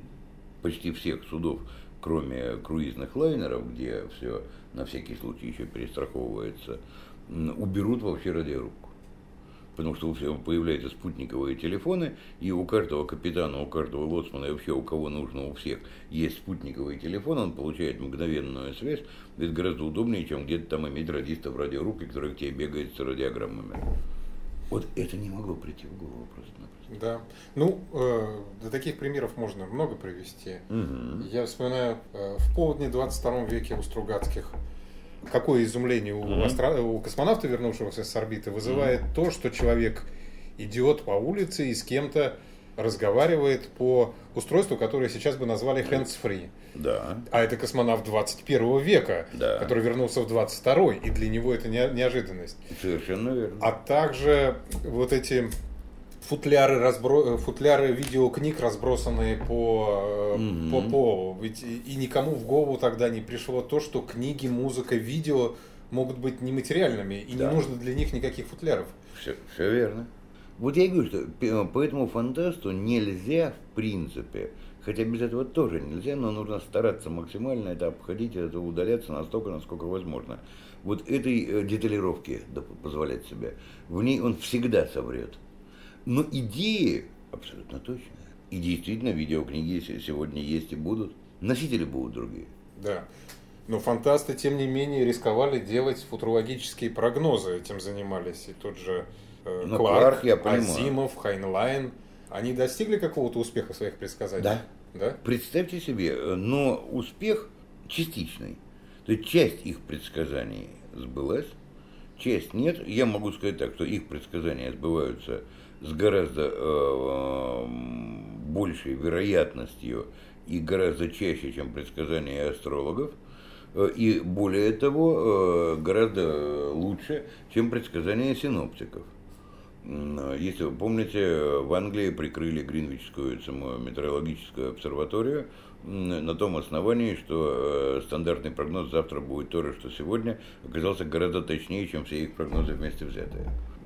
почти всех судов, кроме круизных лайнеров, где все на всякий случай еще перестраховывается, уберут вообще радиорубку. Потому что у всех появляются спутниковые телефоны, и у каждого капитана, у каждого лоцмана, и вообще у кого нужно, у всех есть спутниковый телефон, он получает мгновенную связь. Это гораздо удобнее, чем где-то там иметь радиста в радиорубке, который к тебе бегает с радиограммами. Вот это не могло прийти в голову просто-напросто. Да. Ну, э, до таких примеров можно много привести. Угу. Я вспоминаю, э, в полдне двадцать втором веке у Стругацких, какое изумление у, угу. астро... у космонавта, вернувшегося с орбиты, вызывает угу. то, что человек идет по улице и с кем-то разговаривает по устройству, которое сейчас бы назвали hands-free. Да. А это космонавт двадцать первого века, да. который вернулся в двадцать второй, и для него это не, неожиданность. Совершенно верно. А также вот эти футляры, разбро... футляры видеокниг, разбросанные по, mm-hmm. по, по... Ведь и никому в голову тогда не пришло то, что книги, музыка, видео могут быть нематериальными, и да. не нужно для них никаких футляров. Все, все верно. Вот я и говорю, что по этому фантасту нельзя, в принципе, хотя без этого тоже нельзя, но нужно стараться максимально это обходить, это удаляться настолько, насколько возможно. Вот этой деталировки позволять себе, в ней он всегда соврет. Но идеи абсолютно точные. И действительно, видеокниги сегодня есть и будут. Носители будут другие. Да. Но фантасты, тем не менее, рисковали делать футурологические прогнозы. Этим занимались и тот же э, ну, Кларк, Кларк Азимов, Хайнлайн. Они достигли какого-то успеха в своих предсказаниях? Да. Да. Представьте себе, но успех частичный. То есть часть их предсказаний сбылась, часть нет. Я могу сказать так, что их предсказания сбываются с гораздо э, большей вероятностью и гораздо чаще, чем предсказания астрологов. И более того, э, гораздо лучше, чем предсказания синоптиков. Если вы помните, в Англии прикрыли Гринвичскую самую метеорологическую обсерваторию на том основании, что стандартный прогноз завтра будет то же, что сегодня, оказался гораздо точнее, чем все их прогнозы вместе взятые.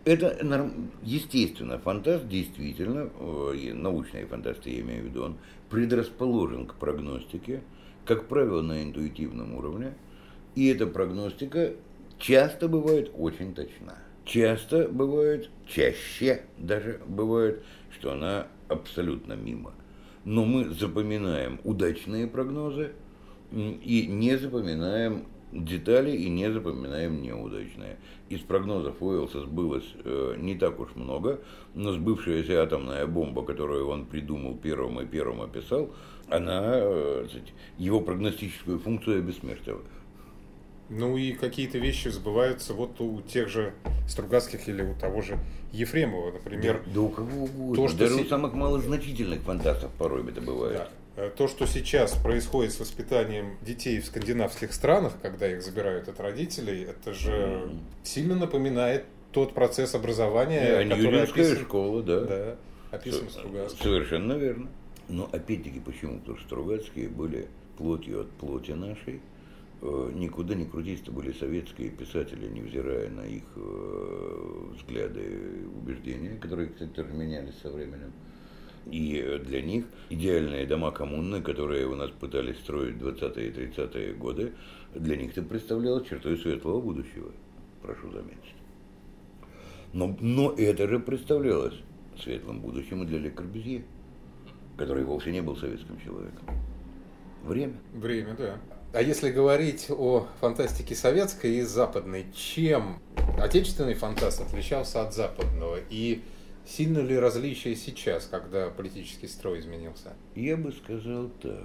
Это, естественно, фантаст действительно, научные фантасты, я имею в виду, он предрасположен к прогностике, как правило, на интуитивном уровне, и эта прогностика часто бывает очень точна. Часто бывает, чаще даже бывает, что она абсолютно мимо. Но мы запоминаем удачные прогнозы и не запоминаем детали и не запоминаем неудачные. Из прогнозов Уэллса сбылось э, не так уж много, но сбывшаяся атомная бомба, которую он придумал первым и первым описал, она, э, его прогностическую функцию обессмертила. Ну и какие-то вещи сбываются вот у тех же Стругацких или у того же Ефремова, например. Да, да у кого угодно, то, что даже си... у самых малозначительных фантастов порой это бывает. Да. То, что сейчас происходит с воспитанием детей в скандинавских странах, когда их забирают от родителей, это же mm. сильно напоминает тот процесс образования, yeah, который описан... школа, да. Да, описан Стругацким. Совершенно верно. Но опять-таки почему? Потому что Стругацкие были плотью от плоти нашей. Никуда не крутись, это были советские писатели, невзирая на их взгляды и убеждения, которые, кстати, тоже менялись со временем. И для них идеальные дома коммуны, которые у нас пытались строить в двадцатые и тридцатые годы, для них это представлялось чертой светлого будущего, прошу заметить. Но, но это же представлялось светлым будущим и для Ле Корбюзье, который вовсе не был советским человеком. Время. Время, да. А если говорить о фантастике советской и западной, чем отечественный фантаст отличался от западного? И сильно ли различие сейчас, когда политический строй изменился? Я бы сказал так.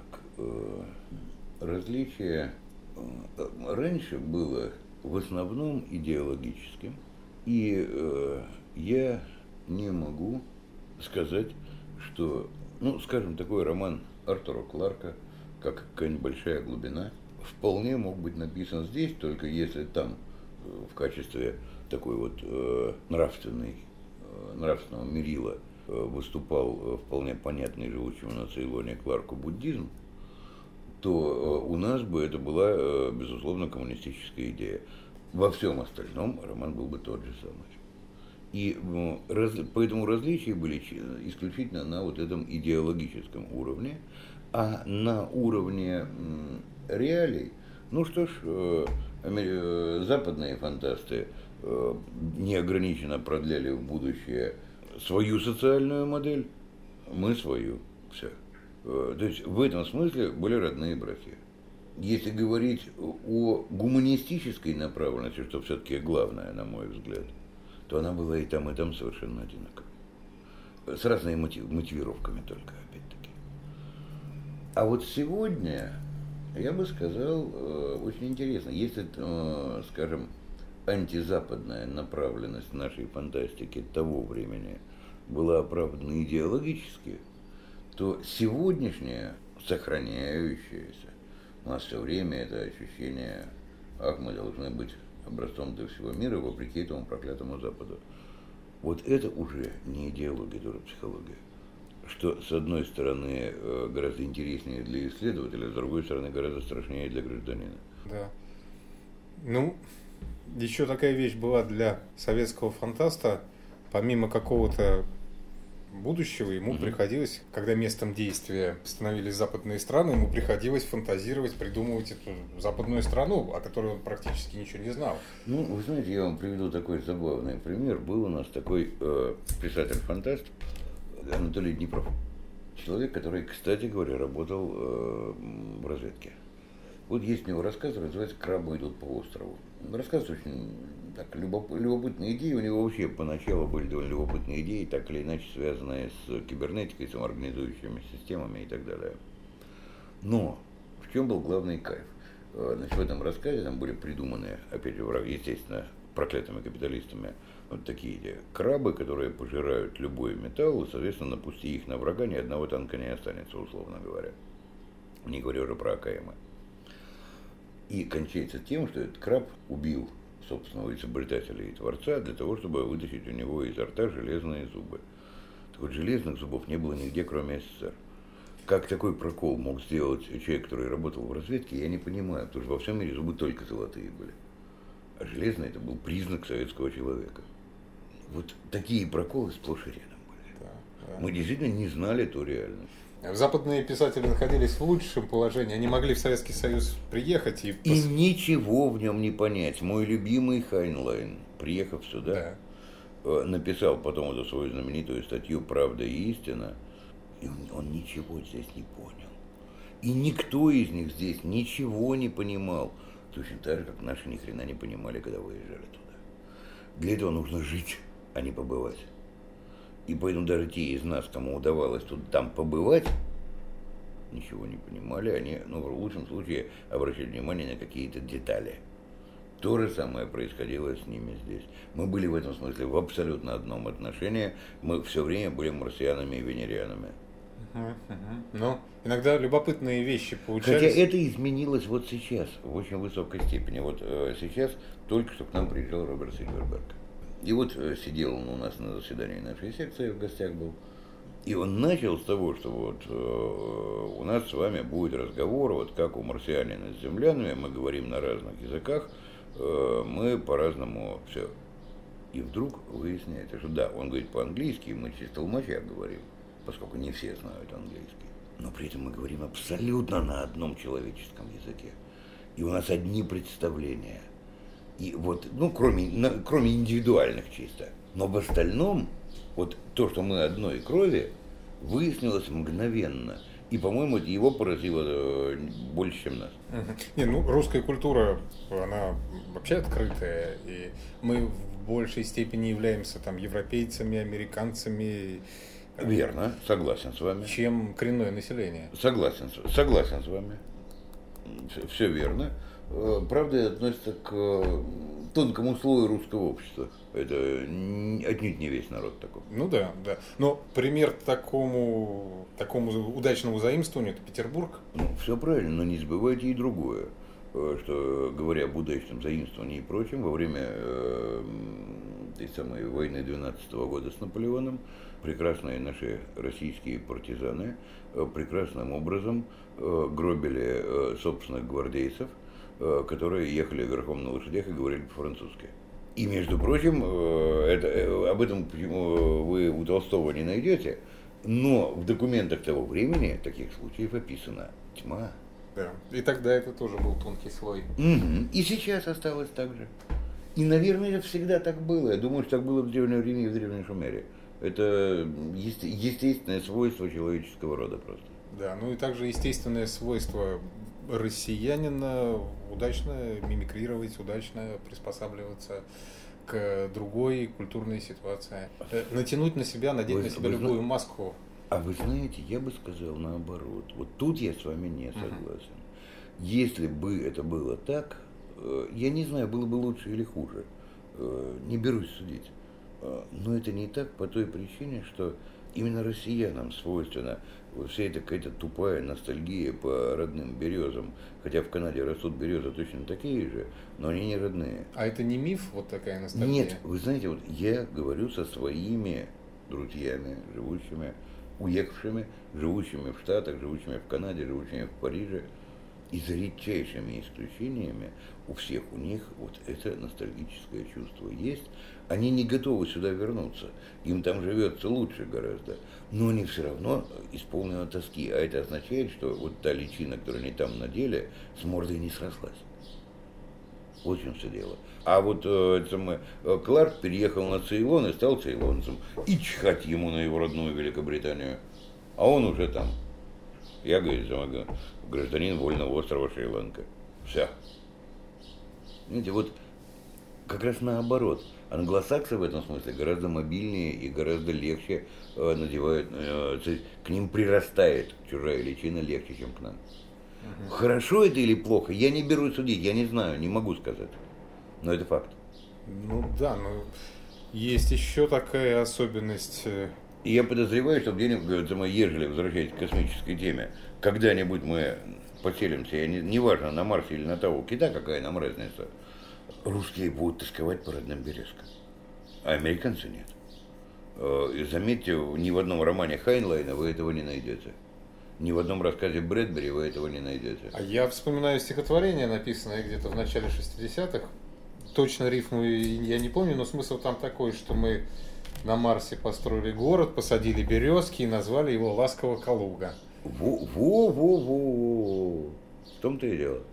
Различие раньше было в основном идеологическим. И я не могу сказать, что, ну, скажем, такой роман Артура Кларка, как «Какая-нибудь большая глубина», вполне мог быть написан здесь, только если там в качестве такой вот э, нравственной, э, нравственного мерила э, выступал вполне понятный живущему на Цейлоне Кларку буддизм, то э, у нас бы это была, э, безусловно, коммунистическая идея. Во всем остальном роман был бы тот же самый. И э, раз, поэтому различия были исключительно на вот этом идеологическом уровне. А на уровне реалий, ну что ж, э, западные фантасты э, неограниченно продляли в будущее свою социальную модель, мы свою, все. Э, то есть в этом смысле были родные братья. Если говорить о гуманистической направленности, что все-таки главное, на мой взгляд, то она была и там, и там совершенно одинакова. С разными мотив, мотивировками только, опять-таки. А вот сегодня, я бы сказал, очень интересно, если, скажем, антизападная направленность нашей фантастики того времени была оправдана идеологически, то сегодняшняя, сохраняющаяся, у нас все время это ощущение, ах, мы должны быть образцом для всего мира, вопреки этому проклятому Западу. Вот это уже не идеология, это уже психология. Что, с одной стороны, гораздо интереснее для исследователя, с другой стороны, гораздо страшнее для гражданина. Да. Ну, еще такая вещь была для советского фантаста, помимо какого-то будущего, ему угу. приходилось, когда местом действия становились западные страны, ему приходилось фантазировать, придумывать эту западную страну, о которой он практически ничего не знал. Ну, вы знаете, я вам приведу такой забавный пример. Был у нас такой э, писатель-фантаст, Анатолий Днепров. Человек, который, кстати говоря, работал э, в разведке. Вот есть у него рассказ, называется «Крабы идут по острову». Рассказ очень так, любоп... любопытные идеи. У него вообще поначалу были довольно любопытные идеи, так или иначе связанные с кибернетикой, самоорганизующими системами и так далее. Но в чем был главный кайф? Значит, в этом рассказе там были придуманы, опять же, естественно, проклятыми капиталистами, вот такие идеи. Крабы, которые пожирают любой металл, и, соответственно, напусти их на врага, ни одного танка не останется, условно говоря. Не говоря уже про АКМ. И кончается тем, что этот краб убил собственного изобретателя и творца для того, чтобы вытащить у него изо рта железные зубы. Так вот, железных зубов не было нигде, кроме СССР. Как такой прокол мог сделать человек, который работал в разведке, я не понимаю, потому что во всем мире зубы только золотые были. А железный — это был признак советского человека. Вот такие проколы сплошь и рядом были. Да, да. Мы действительно не знали ту реальность. Западные писатели находились в лучшем положении, они могли в Советский Союз приехать и... И ничего в нем не понять. Мой любимый Хайнлайн, приехав сюда, да. написал потом эту свою знаменитую статью «Правда и истина», и он, он ничего здесь не понял. И никто из них здесь ничего не понимал. Точно так же, как наши ни хрена не понимали, когда выезжали туда. Для этого нужно жить, а не побывать. И поэтому даже те из нас, кому удавалось тут там побывать, ничего не понимали. Они, ну, в лучшем случае, обращали внимание на какие-то детали. То же самое происходило с ними здесь. Мы были в этом смысле в абсолютно одном отношении. Мы все время были марсианами и венерианами. Uh-huh, uh-huh. Ну, иногда любопытные вещи получались. Хотя это изменилось вот сейчас, в очень высокой степени. Вот э, сейчас только что к нам приезжал Роберт Сильверберг. И вот э, сидел он у нас на заседании нашей секции, в гостях был. И он начал с того, что вот э, у нас с вами будет разговор, вот как у марсианина с землянами, мы говорим на разных языках, э, мы по-разному все. И вдруг выясняется, что да, он говорит по-английски, мы через толмача говорим, поскольку не все знают английский. Но при этом мы говорим абсолютно на одном человеческом языке. И у нас одни представления. И вот, ну, кроме, на, кроме индивидуальных чисто. Но в остальном, вот то, что мы одной крови, выяснилось мгновенно. И, по-моему, это его поразило больше, чем нас. Uh-huh. Не, ну, русская культура, она вообще открытая. И мы в большей степени являемся там европейцами, американцами. Верно, согласен с вами. Чем коренное население. Согласен, согласен с вами. Все, все верно. Правда, это относится к тонкому слою русского общества. Это отнюдь не весь народ такой. Ну да, да. Но пример такому, такому удачному заимствованию – это Петербург. Ну, все правильно, но не забывайте и другое. Что, говоря об удачном заимствовании и прочем, во время э, той самой войны двенадцатого года с Наполеоном прекрасные наши российские партизаны э, прекрасным образом э, гробили э, собственных гвардейцев, э, которые ехали верхом на лошадях и говорили по-французски. И, между прочим, э, это, э, об этом почему вы у Толстого не найдете, но в документах того времени таких случаев описана тьма. Да. И тогда это тоже был тонкий слой. Угу. И сейчас осталось так же. И, наверное, это всегда так было. Я думаю, что так было в Древнем Риме и в Древней Шумере. Это естественное свойство человеческого рода просто. Да, ну и также естественное свойство россиянина удачно мимикрировать, удачно приспосабливаться к другой культурной ситуации. Натянуть на себя, надеть вы, на себя любую зна... маску. А вы знаете, я бы сказал наоборот. Вот тут я с вами не согласен. Uh-huh. Если бы это было так, я не знаю, было бы лучше или хуже. Не берусь судить. Но это не так по той причине, что именно россиянам свойственна вся эта какая-то тупая ностальгия по родным березам. Хотя в Канаде растут березы точно такие же, но они не родные. А это не миф, вот такая ностальгия? Нет, вы знаете, вот я говорю со своими друзьями, живущими, уехавшими, живущими в Штатах, живущими в Канаде, живущими в Париже. И за редчайшими исключениями у всех у них вот это ностальгическое чувство есть. Они не готовы сюда вернуться. Им там живется лучше гораздо. Но они все равно исполнены тоски. А это означает, что вот та личина, которую они там надели, с мордой не срослась. Вот в чем все дело. А вот э, это самое, Кларк переехал на Цейлон и стал цейлонцем. И чихать ему на его родную Великобританию. А он уже там. Я, говорит, гражданин вольного острова Шри-Ланка. Все. Видите, вот как раз наоборот. Англосаксы в этом смысле гораздо мобильнее и гораздо легче э, надевают, э, к ним прирастает чужая личина легче, чем к нам. Uh-huh. Хорошо это или плохо, я не берусь судить, я не знаю, не могу сказать. Но это факт. Ну да, но есть еще такая особенность. И я подозреваю, что где-нибудь, ежели возвращаясь к космической теме, когда-нибудь мы поселимся, я не, неважно, на Марсе или на того Кита, какая нам разница, русские будут тосковать по родным березкам, а американцы нет. И заметьте, ни в одном романе Хайнлайна вы этого не найдете. Ни в одном рассказе Брэдбери вы этого не найдете. А я вспоминаю стихотворение, написанное где-то в начале шестидесятых, точно рифму я не помню, но смысл там такой, что мы на Марсе построили город, посадили березки и назвали его Ласково Калуга. Во-во-во-во. В том-то и дело.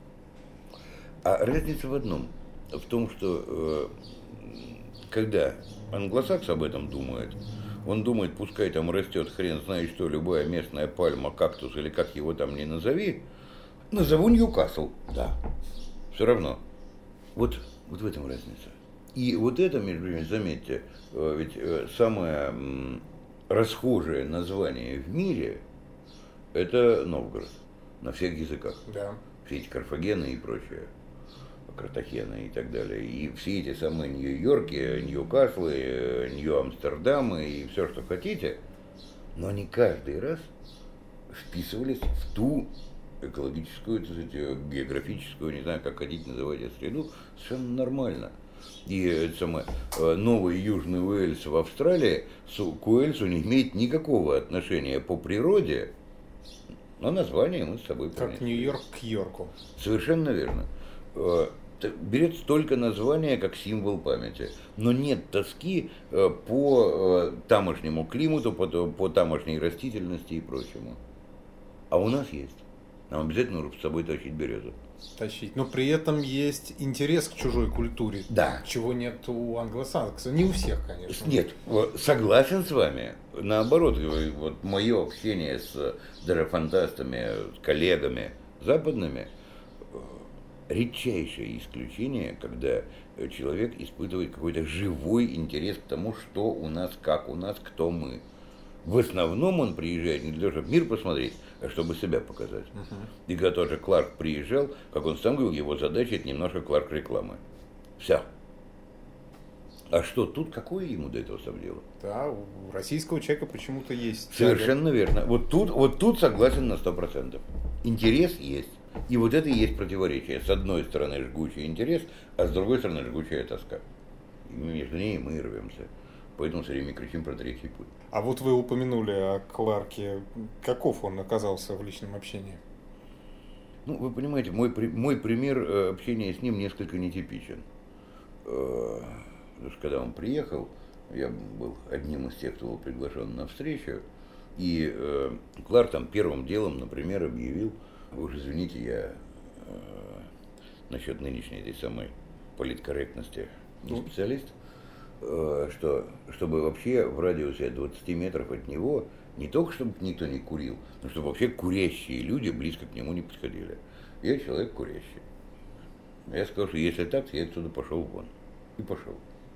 А разница в одном. В том, что э, когда англосакс об этом думает, он думает, пускай там растет хрен знает что, любая местная пальма, кактус или как его там ни назови, назову Ньюкасл. Да. Все равно. Вот, вот в этом разница. И вот это, между прочим, заметьте, э, ведь э, самое э, расхожее название в мире – это Новгород. На всех языках. Да. Все эти Карфагены и прочее. Картахены и так далее. И все эти самые Нью-Йорки, Нью-Каслы, Нью-Амстердамы и все, что хотите, но они каждый раз вписывались в ту экологическую, так сказать, географическую, не знаю, как хотите называть эту среду, совершенно нормально. И это самое, Новый Южный Уэльс в Австралии к Уэльсу не имеет никакого отношения по природе, но название мы с собой принесли. Как Нью-Йорк к Йорку. Совершенно верно. Берется только название как символ памяти, но нет тоски по тамошнему климату, по, по тамошней растительности и прочему. А у нас есть. Нам обязательно нужно с собой тащить березу. Тащить. Но при этом есть интерес к чужой культуре. Да. Чего нет у англосаксов. Не у всех, конечно. Нет, согласен с вами. Наоборот, вот мое общение с даже фантастами, коллегами западными, редчайшее исключение, когда человек испытывает какой-то живой интерес к тому, что у нас, как у нас, кто мы. В основном он приезжает не для того, чтобы мир посмотреть, а чтобы себя показать. Uh-huh. И когда тот же Кларк приезжал, как он сам говорил, его задача – это немножко Кларк рекламы. Все. А что тут, какое ему до этого сам дело? Да, у российского человека почему-то есть. Совершенно верно. Вот тут, вот тут согласен на сто процентов. Интерес есть. И вот это и есть противоречие. С одной стороны жгучий интерес, а с другой стороны жгучая тоска. И между ними мы и рвемся. Поэтому все время кричим про третий путь. А вот вы упомянули о Кларке. Каков он оказался в личном общении? Ну, вы понимаете, мой, мой пример общения с ним несколько нетипичен. Потому что когда он приехал, я был одним из тех, кто был приглашен на встречу. И Кларк там первым делом, например, объявил: вы уж извините, я э, насчет нынешней этой самой политкорректности не специалист, э, что чтобы вообще в радиусе двадцати метров от него не только чтобы никто не курил, но чтобы вообще курящие люди близко к нему не подходили. Я человек курящий. Я сказал, что если так, то я отсюда пошел вон. И пошел.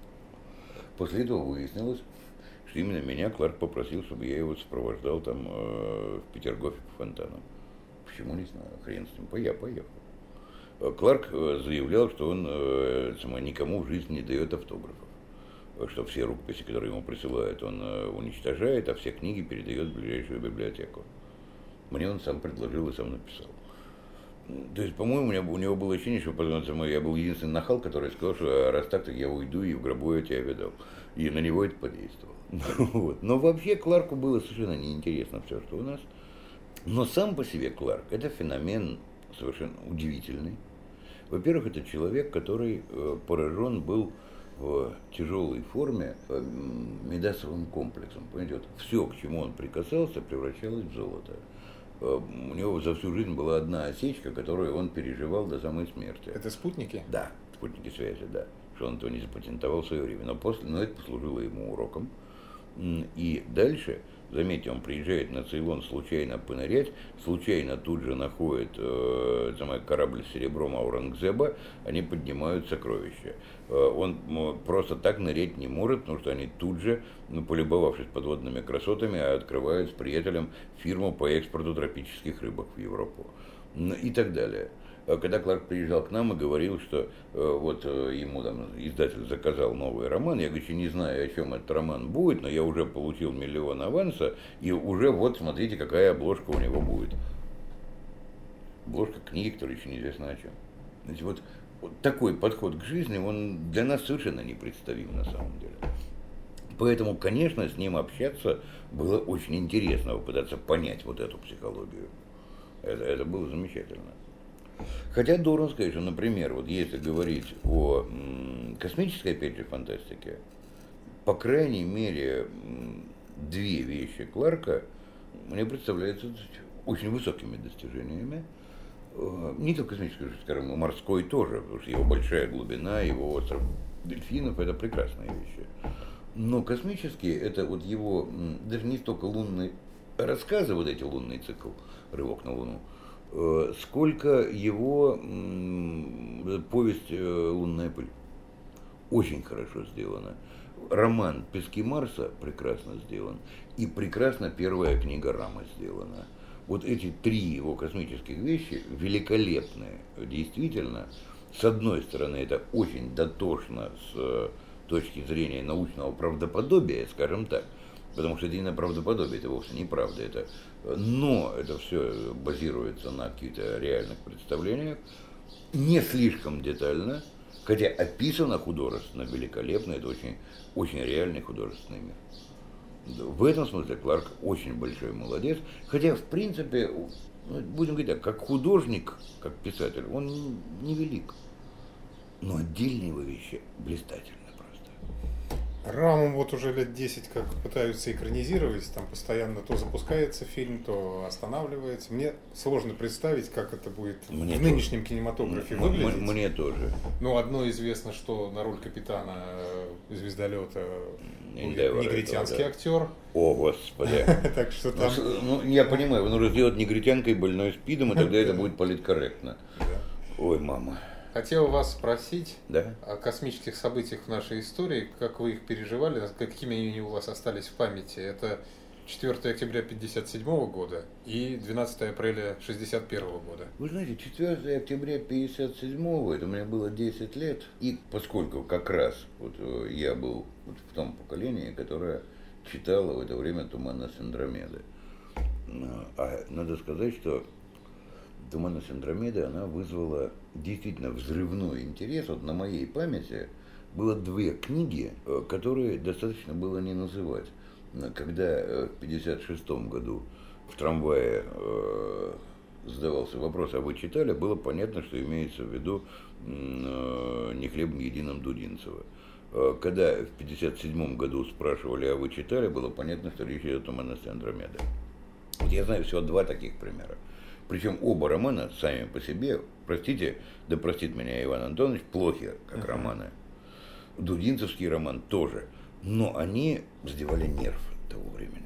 После этого выяснилось, что именно меня Кларк попросил, чтобы я его сопровождал там э, в Петергофе по фонтанам. Почему, не знаю, хрен с ним, я поехал. Кларк заявлял, что он э, никому в жизни не дает автографов, что все рукописи, которые ему присылают, он э, уничтожает, а все книги передает в ближайшую библиотеку. Мне он сам предложил и сам написал. То есть, по-моему, у, меня, у него было ощущение, что я был единственный нахал, который сказал, что раз так, то я уйду и в гробу я тебя видал. И на него это подействовало. Вот. Но вообще Кларку было совершенно неинтересно все, что у нас. Но сам по себе Кларк – это феномен совершенно удивительный. Во-первых, это человек, который э, поражен был в тяжелой форме э, Мидасовым комплексом. Понимаете, вот все, к чему он прикасался, превращалось в золото. Э, у него за всю жизнь была одна осечка, которую он переживал до самой смерти. Это спутники? Да, спутники связи, да. Что он этого не запатентовал в свое время. Но, после, но это послужило ему уроком. И дальше... Заметьте, он приезжает на Цейлон случайно понырять, случайно тут же находит э, корабль с серебром Аурангзеба, они поднимают сокровища. Э, он э, просто так нырять не может, потому что они тут же, ну, полюбовавшись подводными красотами, открывают с приятелем фирму по экспорту тропических рыбок в Европу. Ну, и так далее. Когда Кларк приезжал к нам и говорил, что э, вот э, ему там издатель заказал новый роман, я, говорю, не знаю, о чем этот роман будет, но я уже получил миллион аванса, и уже вот смотрите, какая обложка у него будет. Обложка книги, которая еще неизвестно о чем. Значит, вот, вот такой подход к жизни, он для нас совершенно непредставим на самом деле. Поэтому, конечно, с ним общаться было очень интересно, попытаться понять вот эту психологию. Это, это было замечательно. Хотя должен сказать, что, например, вот если говорить о м, космической, опять же, фантастике, по крайней мере, м, две вещи Кларка мне представляются очень высокими достижениями. Э, Не только космической, скажем, и морской тоже, потому что его большая глубина, его остров дельфинов – это прекрасные вещи. Но космические – это вот его, м, даже не столько лунные рассказы, вот эти лунный цикл, рывок на Луну, э, сколько его м, повесть э, «Лунная пыль». Очень хорошо сделано. Роман «Пески Марса» прекрасно сделан. И прекрасно первая книга Рама сделана. Вот эти три его космических вещи великолепные. Действительно, с одной стороны, это очень дотошно с точки зрения научного правдоподобия, скажем так, потому что это не на правдоподобие, это вовсе не правда. Это, но это все базируется на каких-то реальных представлениях, не слишком детально, хотя описано художественно великолепно, это очень, очень реальный художественный мир. В этом смысле Кларк очень большой молодец, хотя в принципе, ну, будем говорить так, как художник, как писатель, он невелик, но отдельные его вещи блистательны. Раму вот уже лет десять как пытаются экранизировать, там постоянно то запускается фильм, то останавливается. Мне сложно представить, как это будет мне в тоже. Нынешнем кинематографе М- выглядеть. Мне тоже. Ну, одно известно, что на роль капитана звездолета Endeavour, негритянский да. актер. О, Господи. Так что там... Ну, я понимаю, нужно сделать негритянкой больной СПИДом, и тогда это будет политкорректно. Ой, мама. Хотел вас спросить да? о космических событиях в нашей истории, как вы их переживали, какими они у вас остались в памяти. Это четвёртого октября тысяча девятьсот пятьдесят седьмого года и двенадцатого апреля шестьдесят первого года. Вы знаете, четвёртого октября пятьдесят седьмого, это мне было десять лет, и поскольку как раз вот я был вот в том поколении, которое читало в это время «Туманность Андромеды», а надо сказать, что «Туманность Андромеды», она вызвала действительно взрывной интерес. Вот на моей памяти было две книги, которые достаточно было не называть. Когда в пятьдесят шестом году в трамвае э, задавался вопрос, а вы читали, было понятно, что имеется в виду э, «Не хлебом единым» Дудинцева. Когда в пятьдесят седьмом году спрашивали, а вы читали, было понятно, что речь идет о «Туманности Андромеды». Вот я знаю всего два таких примера. Причем оба романа сами по себе, простите, да простит меня Иван Антонович, плохи, как uh-huh. романы. Дудинцевский роман тоже. Но они задевали нерв того времени.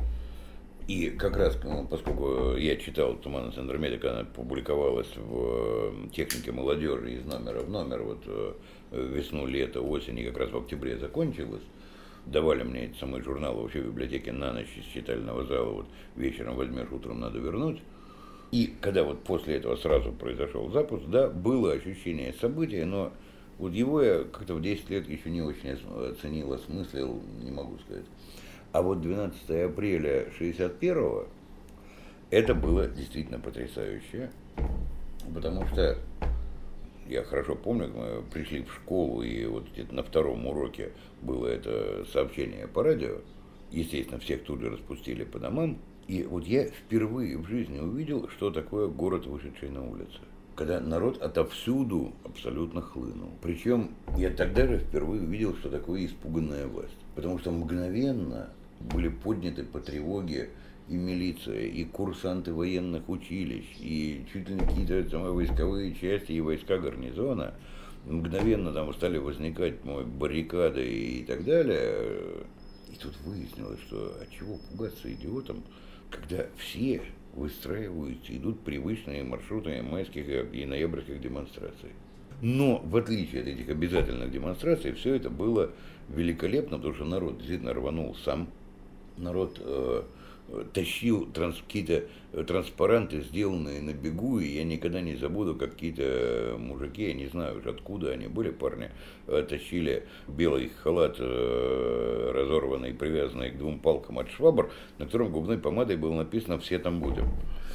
И как раз, поскольку я читал «Туманность Андромеды», когда она публиковалась в «Технике молодежи» из номера в номер, вот весну, лето, осень, и как раз в октябре закончилась, давали мне этот самый журнал вообще в библиотеке на ночь из читального зала, вот вечером возьмешь, утром надо вернуть. И когда вот после этого сразу произошел запуск, да, было ощущение события, но вот его я как-то в десять лет еще не очень оценил, осмыслил, не могу сказать. А вот двенадцатого апреля шестьдесят первого это было действительно потрясающе, потому что я хорошо помню, как мы пришли в школу, и вот где-то на втором уроке было это сообщение по радио, естественно, всех тут же распустили по домам. И вот я впервые в жизни увидел, что такое город, вышедший на улицы. Когда народ отовсюду абсолютно хлынул. Причем я тогда же впервые увидел, что такое испуганная власть. Потому что мгновенно были подняты по тревоге и милиция, и курсанты военных училищ, и чуть ли не какие-то самые войсковые части и войска гарнизона. Мгновенно там стали возникать мой, баррикады и так далее. И тут выяснилось, что от чего пугаться идиотам, когда все выстраиваются, идут привычные маршруты майских и ноябрьских демонстраций. Но в отличие от этих обязательных демонстраций, все это было великолепно, потому что народ действительно рванул сам. Народ э, тащил транс, какие-то транспаранты, сделанные на бегу, и я никогда не забуду, как какие-то мужики, я не знаю уж откуда они были, парни, тащили белый халат, разорванный, привязанный к двум палкам от швабр, на котором губной помадой было написано «Все там будем».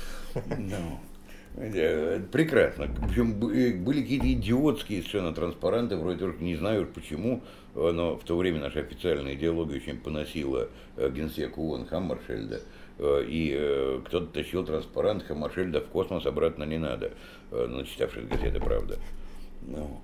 Прекрасно. Причем были какие-то идиотские совершенно транспаранты, вроде тоже не знаю почему, но в то время наша официальная идеология очень поносила генсека ООН Хаммаршельда. и кто-то тащил транспарант «Хамашель, да в космос обратно не надо», начитавшись газеты «Правда». Ну.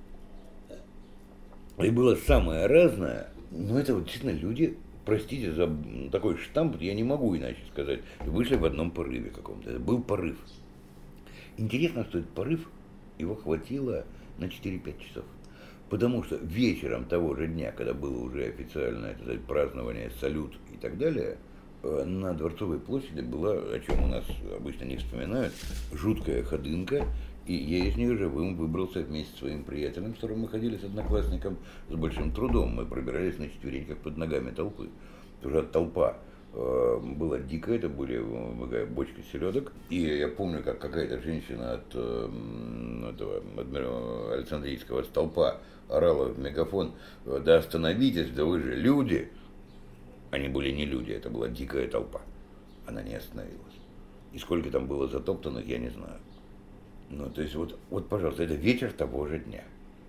И было самое разное, но это вот действительно люди, простите за такой штамп, я не могу иначе сказать, вышли в одном порыве каком-то. Это был порыв. Интересно, что этот порыв, его хватило на четыре-пять часов. Потому что вечером того же дня, когда было уже официальное это сказать, празднование, салют и так далее, на Дворцовой площади была, о чем у нас обычно не вспоминают, жуткая ходынка. И я из нее живым выбрался вместе с своим приятелем, с которым мы ходили с одноклассником, с большим трудом. Мы пробирались на четвереньках под ногами толпы. Потому что толпа э, была дикая, это были э, бочки селедок. И я помню, как какая-то женщина от э, этого адмирала Александрийского столпа орала в мегафон: «Да остановитесь, да вы же люди!» Они были не люди, это была дикая толпа. Она не остановилась. И сколько там было затоптанных, я не знаю. Ну, то есть, вот, вот, пожалуйста, это вечер того же дня.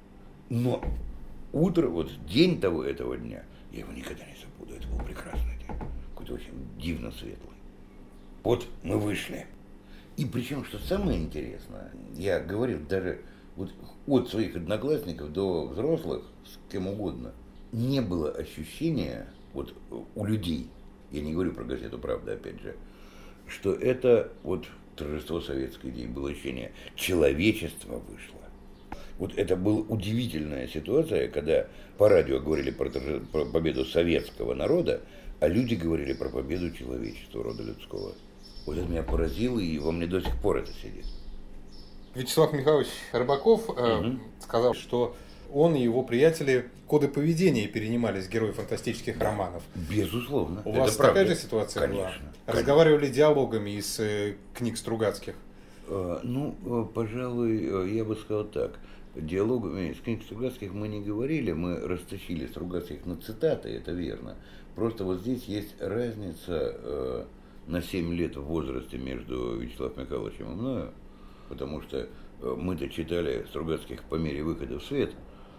Но утро, вот день того этого дня, я его никогда не забуду, это был прекрасный день. Какой-то очень дивно светлый. Вот мы вышли. И причем, что самое интересное, я говорил даже вот от своих одноклассников до взрослых, с кем угодно, не было ощущения, вот у людей, я не говорю про газету «Правда», опять же, что это вот торжество советской идеи, было ощущение, человечество вышло. Вот это была удивительная ситуация, когда по радио говорили про, торже... про победу советского народа, а люди говорили про победу человечества, рода людского. Вот это меня поразило, и во мне до сих пор это сидит. Вячеслав Михайлович Рыбаков э, угу. сказал, что он и его приятели коды поведения перенимали с героев фантастических романов. Безусловно. У вас правда. такая же ситуация конечно, была? Конечно. Разговаривали диалогами из э, книг Стругацких? Э, ну, э, пожалуй, э, я бы сказал так. Диалогами из книг Стругацких мы не говорили, мы растащили Стругацких на цитаты, это верно. Просто вот здесь есть разница э, на семь лет в возрасте между Вячеславом Михайловичем и мною, потому что э, мы-то читали Стругацких по мере выхода в свет.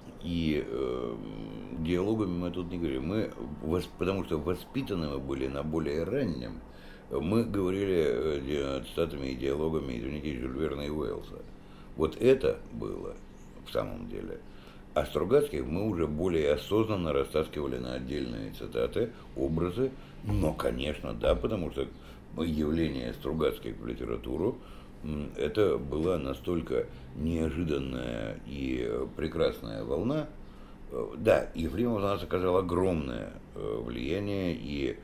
И э, диалогами мы тут не говорили, мы, потому что воспитаны мы были на более раннем, мы говорили э, цитатами и диалогами, извините, Жюль Верна и Уэллса. Вот это было в самом деле. А Стругацких мы уже более осознанно растаскивали на отдельные цитаты, образы, но, конечно, да, потому что явление Стругацких в литературу, это была настолько неожиданная и прекрасная волна. Да, Ефремов на нас оказал огромное влияние, и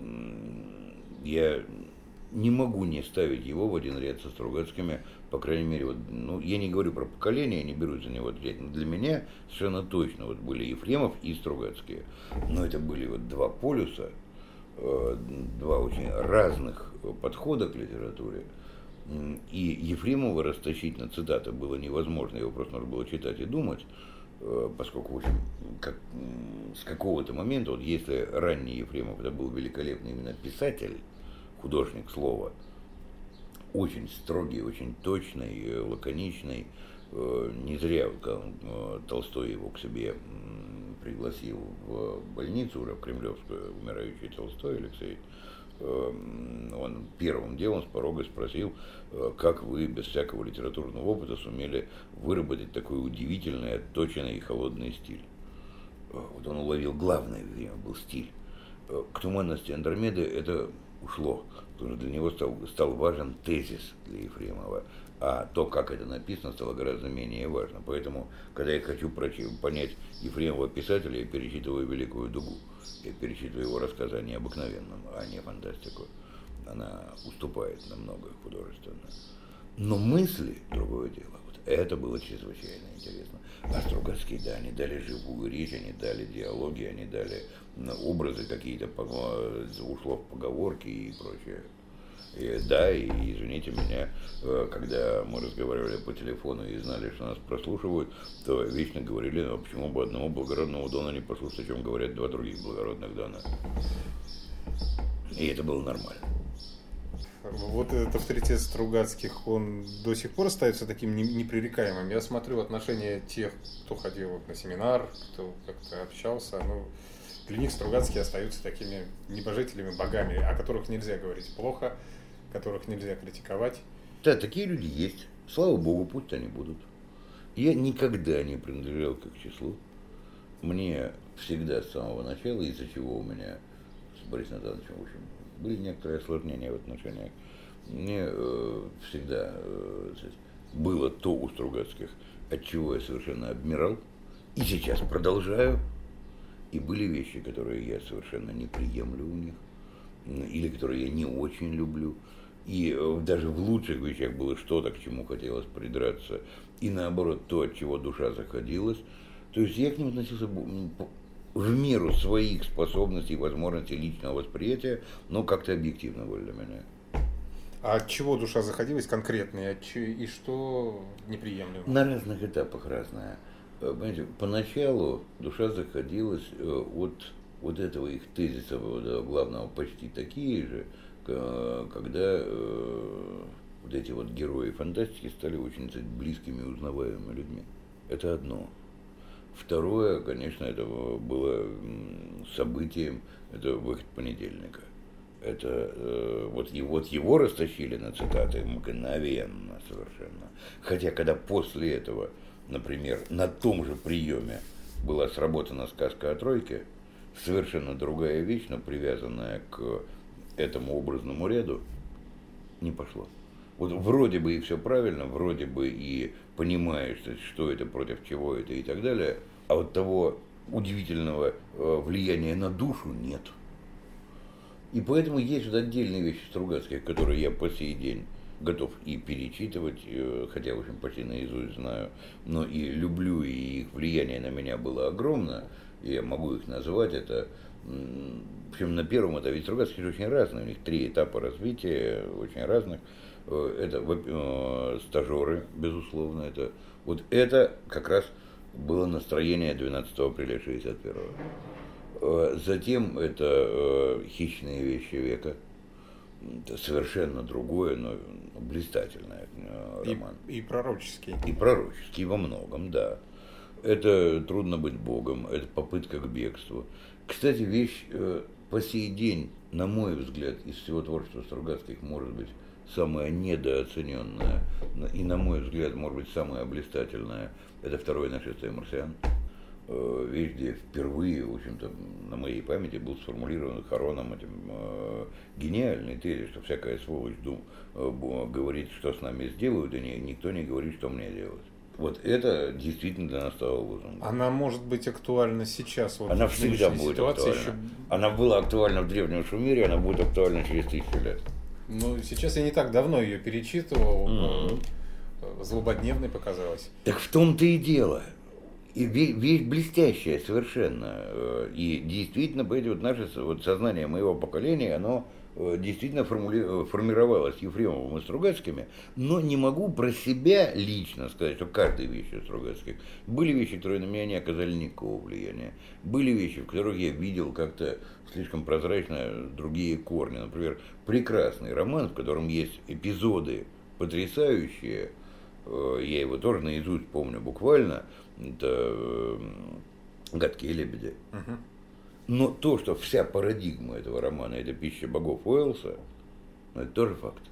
я не могу не ставить его в один ряд со Стругацкими, по крайней мере, вот, ну, я не говорю про поколение, не берусь за него отвечать, но для меня совершенно точно вот были Ефремов и Стругацкие. Но это были вот два полюса, два очень разных подхода к литературе. И Ефремова растащить на цитаты было невозможно, его просто нужно было читать и думать, поскольку, в общем, как, с какого-то момента, вот если ранний Ефремов это был великолепный именно писатель, художник слова, очень строгий, очень точный, лаконичный, не зря Толстой его к себе пригласил в больницу уже в Кремлевскую, умирающий Толстой Алексей. Он первым делом с порога спросил, как вы без всякого литературного опыта сумели выработать такой удивительный, отточенный и холодный стиль. Вот он уловил главное время, был стиль. К туманности Андромеды это ушло, потому что для него стал, стал важен тезис для Ефремова, а то, как это написано, стало гораздо менее важно. Поэтому, когда я хочу понять Ефремова писателя, я перечитываю «Великую дугу». Я перечитываю его рассказы о необыкновенном, а не фантастику. Она уступает намного художественно. Но мысли, другое дело, вот это было чрезвычайно интересно. А Стругацкие, да, они дали живую речь, они дали диалоги, они дали образы какие-то, ушло в поговорки и прочее. И, да, и извините меня, когда мы разговаривали по телефону и знали, что нас прослушивают, то вечно говорили, ну, почему бы одного благородного Дона не послушать, о чем говорят два других благородных Дона. И это было нормально. Вот этот авторитет Стругацких, он до сих пор остается таким непререкаемым. Я смотрю отношения тех, кто ходил на семинар, кто как-то общался, ну, Для них Стругацкие остаются такими небожителями, богами, о которых нельзя говорить плохо, которых нельзя критиковать. Да, такие люди есть. Слава богу, пусть они будут. Я никогда не принадлежал к их числу. Мне всегда с самого начала, из-за чего у меня с Борисом Натановичем, в общем, были некоторые осложнения в отношениях. Мне э, всегда э, было то у Стругацких, от чего я совершенно обмирал. И сейчас продолжаю. И были вещи, которые я совершенно не приемлю у них, или которые я не очень люблю. И даже в лучших вещах было что-то, к чему хотелось придраться. И наоборот, то, от чего душа заходилась. То есть я к ним относился в меру своих способностей и возможностей личного восприятия, но как-то объективно было для меня. А от чего душа заходилась конкретно, и, от ч... и что неприемлемо? На разных этапах разное. Понимаете, поначалу душа заходилась от вот этого их тезиса главного почти такие же, когда вот эти вот герои фантастики стали очень близкими и узнаваемыми людьми. Это одно. Второе, конечно, это было событием, это выход понедельника. Это вот, и вот его растащили на цитаты мгновенно совершенно. Хотя, когда после этого, например, на том же приеме была сработана сказка о тройке, совершенно другая вещь, но привязанная к этому образному ряду, не пошло. Вот вроде бы и все правильно, вроде бы и понимаешь, что это, против чего это и так далее, а вот того удивительного влияния на душу нет. И поэтому есть вот отдельные вещи Стругацких, которые я по сей день готов и перечитывать, хотя, в общем, почти наизусть знаю, но и люблю, и их влияние на меня было огромно, и я могу их назвать. Это, в общем, на первом этапе, ведь Стругацкие же очень разные, у них три этапа развития, очень разных. Это э, стажеры, безусловно, это вот это как раз было настроение двенадцатого апреля шестьдесят первого. Э, затем это э, хищные вещи века. Это совершенно другое, но блистательное э, роман. И, и пророческий. И пророческий во многом, да. Это «Трудно быть Богом», это попытка к бегству. Кстати, вещь э, по сей день, на мой взгляд, из всего творчества Стругацких может быть самая недооцененная и, на мой взгляд, может быть, самая блистательная, это «Второе нашествие марсиан». Вещь, где впервые, в общем-то, на моей памяти был сформулирован Хароном этим э, гениальный тезис, что всякая сволочь дум, э, говорит, что с нами сделают, и не, никто не говорит, что мне делать. Вот это действительно для нас стало лозунгом. Она может быть актуальна сейчас. Вот она всегда будет актуальна. Еще... Она была актуальна в Древнем Шумере, она будет актуальна через тысячу лет. Ну, сейчас я не так давно ее перечитывал, mm-hmm. злободневной показалось. Так в том-то и дело. И вещь блестящая совершенно. И действительно, вот наше вот сознание моего поколения, оно действительно формули... формировалось Ефремовым и Стругацкими, но не могу про себя лично сказать, что каждой вещи Стругацких. Были вещи, которые на меня не оказали никакого влияния. Были вещи, в которых я видел как-то слишком прозрачно другие корни. Например, прекрасный роман, в котором есть эпизоды потрясающие, я его тоже наизусть помню буквально, это «Гадкие лебеди». Uh-huh. Но то, что вся парадигма этого романа – это «Пища богов» Уэллса, это тоже факт.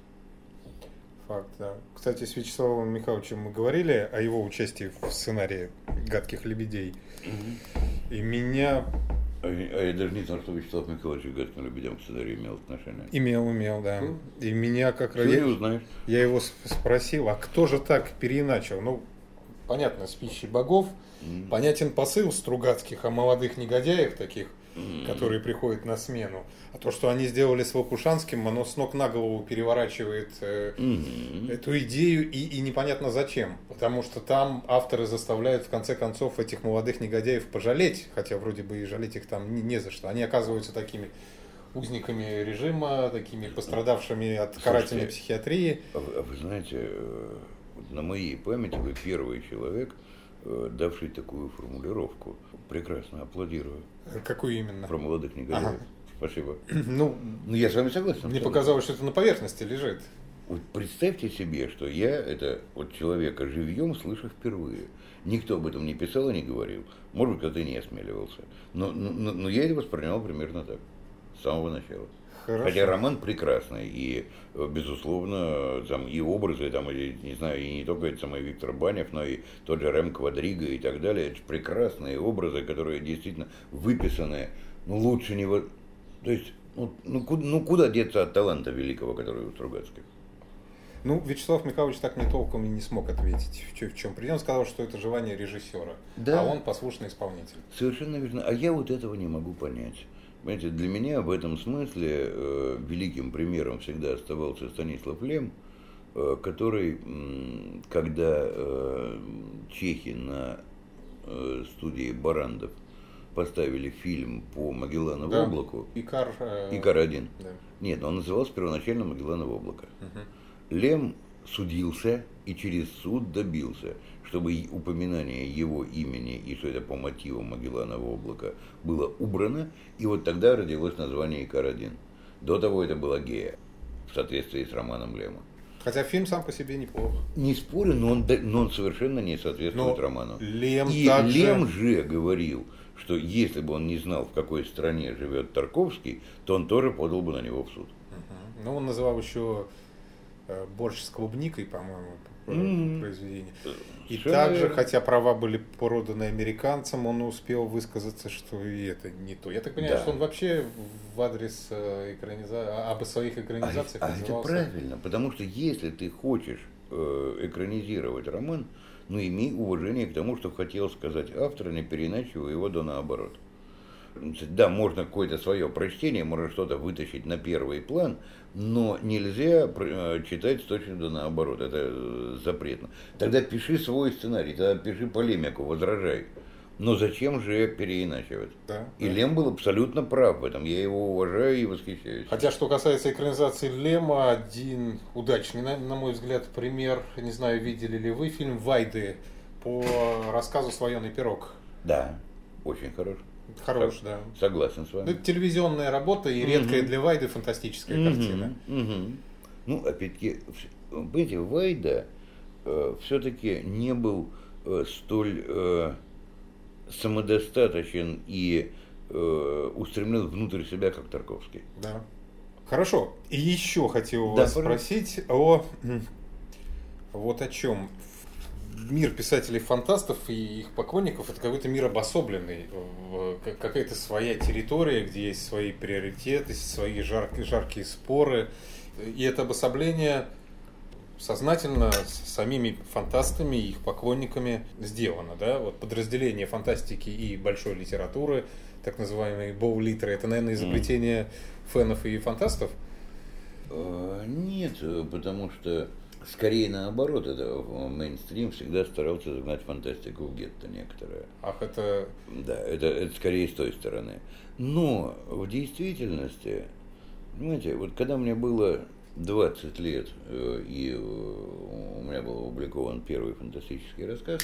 Факт, да. Кстати, с Вячеславом Михайловичем мы говорили о его участии в сценарии «Гадких лебедей». Uh-huh. И меня... А я даже не знал, что Вячеслав Михайлович к «Гадким лебедям» к сценарию имел отношение. Имел, имел, да. Uh-huh. И меня как раз... Я, узнаешь. я его спросил, а кто же так переиначил? Ну, понятно, с «Пищей богов». Mm-hmm. Понятен посыл Стругацких о молодых негодяях таких, mm-hmm. которые приходят на смену. А то, что они сделали с Волкушанским, оно с ног на голову переворачивает э, mm-hmm. эту идею, и, и непонятно зачем. Потому что там авторы заставляют в конце концов этих молодых негодяев пожалеть, хотя вроде бы и жалеть их там не, не за что. Они оказываются такими узниками режима, такими пострадавшими от Слушайте, карательной психиатрии. А вы, а вы знаете, на моей памяти вы первый человек, давший такую формулировку. Прекрасно, аплодирую. Какую именно? Про молодых негодяев. Ага. Спасибо. Ну, ну, я с вами согласен. Мне показалось, что это на поверхности лежит. Вот представьте себе, что я это вот человека живьем слышу впервые. Никто об этом не писал и не говорил. Может быть, кто-то и не осмеливался. Но, но, но я это воспринимал примерно так, с самого начала. Хорошо. Хотя роман прекрасный, и, безусловно, там и образы, там, и, не знаю, и не только это самый Виктор Банев, но и тот же Рэм Квадриго и так далее. Это прекрасные образы, которые действительно выписаны, ну, лучше не вот. То есть, ну, ну, куда, ну, куда деться от таланта великого, который у Стругацких? Ну, Вячеслав Михайлович так мне толком и не смог ответить, в чем, в чем причина. Он сказал, что это желание режиссера, да. А он послушный исполнитель. Совершенно верно. А я вот этого не могу понять. Понимаете, для меня в этом смысле э, великим примером всегда оставался Станислав Лем, э, который, э, когда э, чехи на э, студии Барандов поставили фильм по Магелланову да. облаку, Икар, э... Икар один. Да. Нет, он назывался первоначально Магелланово облако. Угу. Лем судился и через суд добился, чтобы упоминание его имени и что это по мотивам Магелланова облака было убрано, и вот тогда родилось название Икар один. До того это была Гея, в соответствии с романом Лема. Хотя фильм сам по себе неплох. Не спорю, но он, но он совершенно не соответствует но роману. Лем и также... Лем же говорил, что если бы он не знал, в какой стране живет Тарковский, то он тоже подал бы на него в суд. Угу. Ну, он называл еще «Борщ с клубникой», по-моему, mm-hmm. произведение. И Что также, наверное? хотя права были проданы американцам, он успел высказаться, что и это не то. Я так понимаю, Да. что он вообще в адрес экранизации, об своих экранизациях А, а это назывался... правильно, потому что если ты хочешь э, экранизировать роман, ну имей уважение к тому, что хотел сказать автор, не переиначивая его до наоборот. Да, можно какое-то свое прочтение, можно что-то вытащить на первый план, но нельзя читать с точностью до наоборот, это запретно. Тогда пиши свой сценарий, тогда пиши полемику, возражай. Но зачем же переиначивать? Да, и да. Лем был абсолютно прав в этом, я его уважаю и восхищаюсь. Хотя, что касается экранизации Лема, один удачный, на, на мой взгляд, пример, не знаю, видели ли вы фильм «Вайды» по рассказу «Слоеный пирог». Да, очень хорош. Хорош, да. Согласен с вами. Ну, это телевизионная работа и редкая Угу. для Вайды фантастическая Угу. картина. Угу. Ну, опять-таки, понимаете, Вайда э, все-таки не был э, столь э, самодостаточен и э, устремлен внутрь себя, как Тарковский. Да. Хорошо. И еще хотел Да, вас спросить о вот о чем. Мир писателей-фантастов и их поклонников — это какой-то мир обособленный, какая-то своя территория, где есть свои приоритеты, свои жаркие, жаркие споры. И это обособление сознательно с самими фантастами и их поклонниками сделано. Да? Вот подразделение фантастики и большой литературы, так называемые боу-литеры, это, наверное, изобретение mm. фенов и фантастов? Нет, потому что скорее наоборот, это мейнстрим всегда старался загнать фантастику в гетто некоторое. Ах, это... Да, это, это скорее с той стороны. Но в действительности, понимаете, вот когда мне было двадцать лет, и у меня был опубликован первый фантастический рассказ,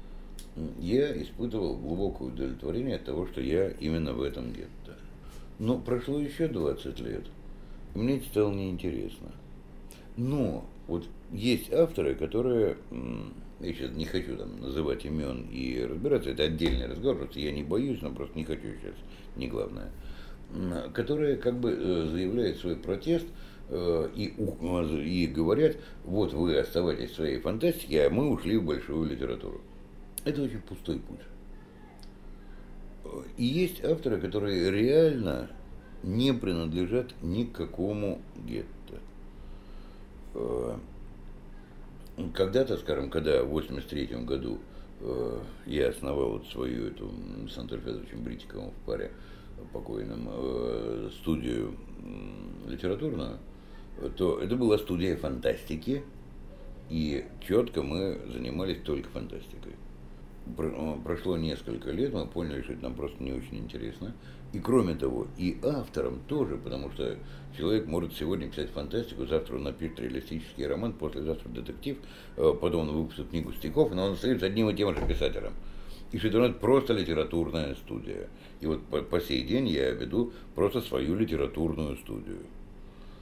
я испытывал глубокое удовлетворение от того, что я именно в этом гетто. Но прошло еще двадцать лет, и мне это стало неинтересно. Но вот есть авторы, которые, я сейчас не хочу там называть имен и разбираться, это отдельный разговор, просто я не боюсь, но просто не хочу сейчас, не главное, которые как бы заявляют свой протест и, и говорят, вот вы оставайтесь в своей фантастике, а мы ушли в большую литературу. Это очень пустой путь. И есть авторы, которые реально не принадлежат ни к какому гетто. Когда-то, скажем, когда в восемьдесят третьем году э, я основал вот свою эту с Антоном Федоровичем Бритиковым в паре покойным э, студию э, литературную, то это была студия фантастики, и четко мы занимались только фантастикой. Про, прошло несколько лет, мы поняли, что это нам просто не очень интересно. И кроме того, и авторам тоже, потому что человек может сегодня писать фантастику, завтра он напишет реалистический роман, послезавтра детектив, потом он выпустит книгу стихов, но он остается одним и тем же писателем. И что это просто литературная студия. И вот по, по сей день я веду просто свою литературную студию.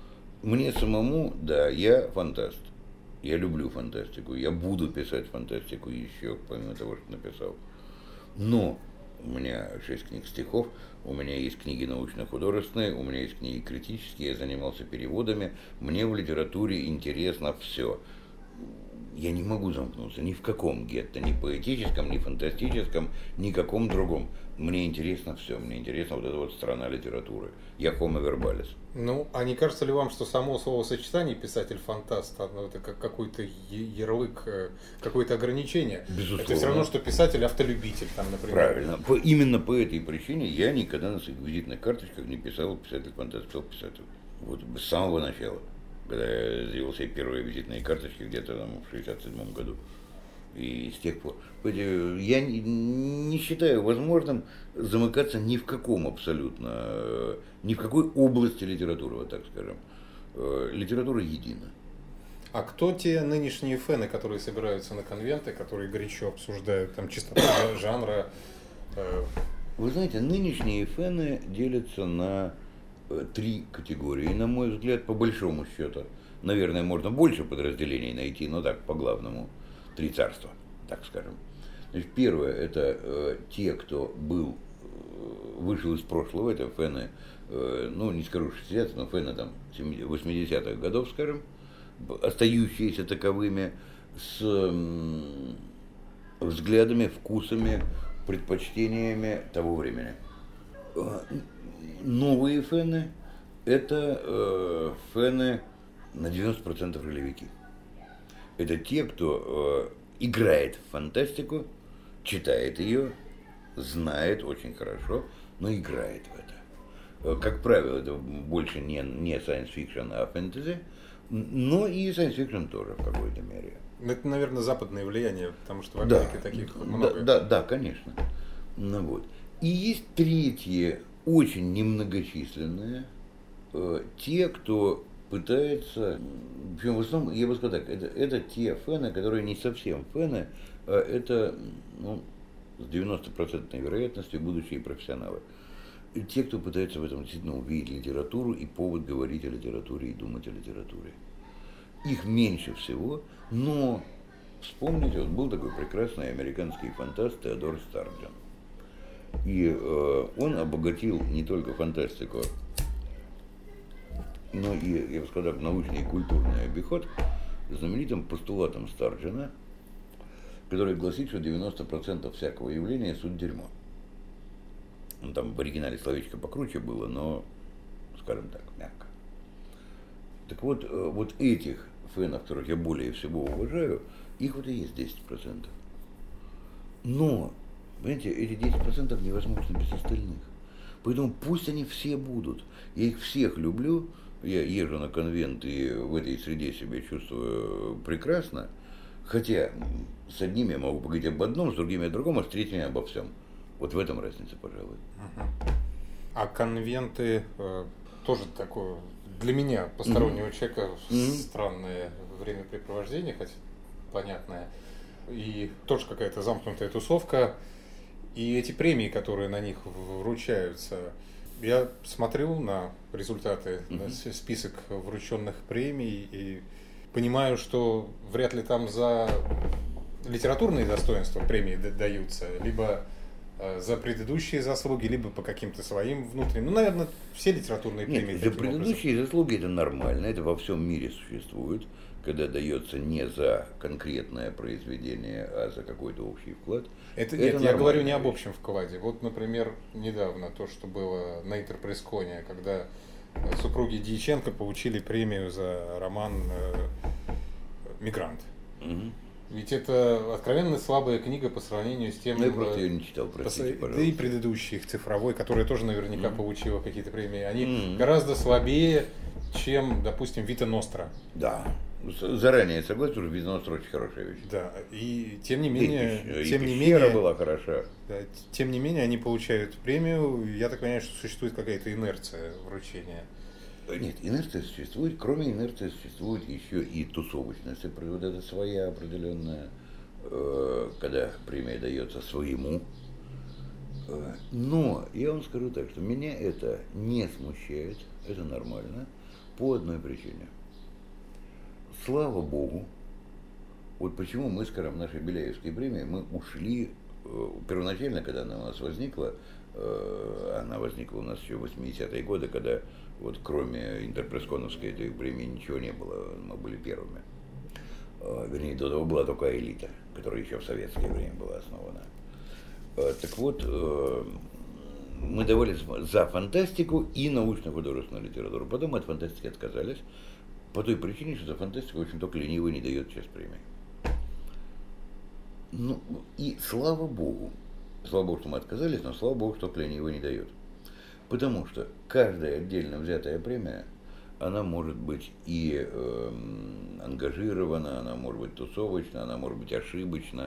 мне самому, да, я фантаст. Я люблю фантастику. Я буду писать фантастику еще, помимо того, что написал. Но у меня шесть книг стихов, у меня есть книги научно-художественные, у меня есть книги критические, я занимался переводами. Мне в литературе интересно все. Я не могу замкнуться ни в каком гетто, ни поэтическом, ни фантастическом, ни каком другом. Мне интересно все, мне интересна вот эта вот страна литературы. Я homo verbalis. Ну, а не кажется ли вам, что само словосочетание писатель-фантаст, оно это как какой-то ярлык, какое-то ограничение? Безусловно. Это все равно, что писатель-автолюбитель, там, например. Правильно. По, именно по этой причине я никогда на своих визитных карточках не писал писатель-фантаст, писал писатель. Вот с самого начала. Когда я сделал себе первые визитные карточки где-то там в шестьдесят седьмом году. И с тех пор. Я не, не считаю возможным замыкаться ни в каком абсолютно, ни в какой области литературы, вот так скажем. Литература едина. А кто те нынешние фэны, которые собираются на конвенты, которые горячо обсуждают там чистоту жанра? Вы знаете, нынешние фэны делятся на три категории, на мой взгляд, по большому счету. Наверное, можно больше подразделений найти, но так, по главному. Три царства, так скажем. Значит, первое, это э, те, кто был, э, вышел из прошлого, это фэны, э, ну, не скажу шестидесятых, но фэны там восьмидесятых годов, скажем, остающиеся таковыми, с э, взглядами, вкусами, предпочтениями того времени. Новые фэны – это э, фэны на девяносто процентов ролевики. Это те, кто э, играет в фантастику, читает ее, знает очень хорошо, но играет в это. Как правило, это больше не, не science fiction, а фэнтези, но и science fiction тоже в какой-то мере. Это, наверное, западное влияние, потому что в Америке да, таких много. Да, да, да, конечно. Ну, вот. И есть третьи, очень немногочисленные, э, те, кто пытается, причем в основном, я бы сказал так, это, это те фэны, которые не совсем фэны, а это, ну, с девяностопроцентной вероятностью будущие профессионалы. И те, кто пытается в этом действительно увидеть литературу и повод говорить о литературе и думать о литературе. Их меньше всего, но вспомните, вот был такой прекрасный американский фантаст Теодор Старджон. И э, он обогатил не только фантастику, но и, я бы сказал, научный и культурный обиход знаменитым постулатом Старджона, который гласит, что девяносто процентов всякого явления – суть дерьмо. Ну, там в оригинале словечко покруче было, но, скажем так, мягко. Так вот, вот этих фэнов, которых я более всего уважаю, их вот и есть десять процентов. Но, понимаете, эти десять процентов невозможно без остальных. Поэтому пусть они все будут. Я их всех люблю. Я езжу на конвент и в этой среде себя чувствую прекрасно. Хотя с одними я могу поговорить об одном, с другими о другом, а с третьими обо всем. Вот в этом разница, пожалуй. А конвенты э, тоже такое, для меня, постороннего mm-hmm. человека, mm-hmm. странное времяпрепровождение, хотя понятное. И тоже какая-то замкнутая тусовка. И эти премии, которые на них вручаются, я смотрю на результаты, mm-hmm. на список врученных премий и понимаю, что вряд ли там за литературные достоинства премии даются, либо за предыдущие заслуги, либо по каким-то своим внутренним. Ну, наверное, все литературные премии. Нет, за предыдущие образом. Заслуги это нормально, это во всем мире существует, когда дается не за конкретное произведение, а за какой-то общий вклад. Это, это нет, я говорю не об общем вкладе. Вот, например, недавно то, что было на Интерпрессконе, когда супруги Дьяченко получили премию за роман «Мигрант». Угу. Ведь это откровенно слабая книга по сравнению с тем... Ну, я просто ее не читал, простите, пожалуйста. Да и предыдущий их цифровой, которая тоже наверняка mm-hmm. получила какие-то премии, они mm-hmm. гораздо слабее, чем, допустим, Вита Ностра. Да, заранее согласен, что Вита Ностра очень хорошая вещь. Да, и тем не менее... И, тем и не менее была хороша. Да, тем не менее, они получают премию, я так понимаю, что существует какая-то инерция вручения. Нет, инерция существует, кроме инерции существует еще и тусовочность. Вот это своя определенная, э, когда премия дается своему. Но я вам скажу так, что меня это не смущает, это нормально. По одной причине. Слава Богу, вот почему мы с Каром нашей Беляевской премии, мы ушли, э, первоначально, когда она у нас возникла, э, она возникла у нас еще в восьмидесятые годы, когда вот кроме интерпрессконовской этой премии ничего не было, мы были первыми. Э, вернее, до того была только элита, которая еще в советское время была основана. Э, так вот, э, мы давали за фантастику и научно-художественную литературу. Потом мы от фантастики отказались, по той причине, что за фантастику, в общем, только ленивый не дает сейчас премии. Ну, и слава Богу, слава Богу, что мы отказались, но слава Богу, что ленивый не дает. Потому что каждая отдельно взятая премия, она может быть и э, ангажирована, она может быть тусовочна, она может быть ошибочна,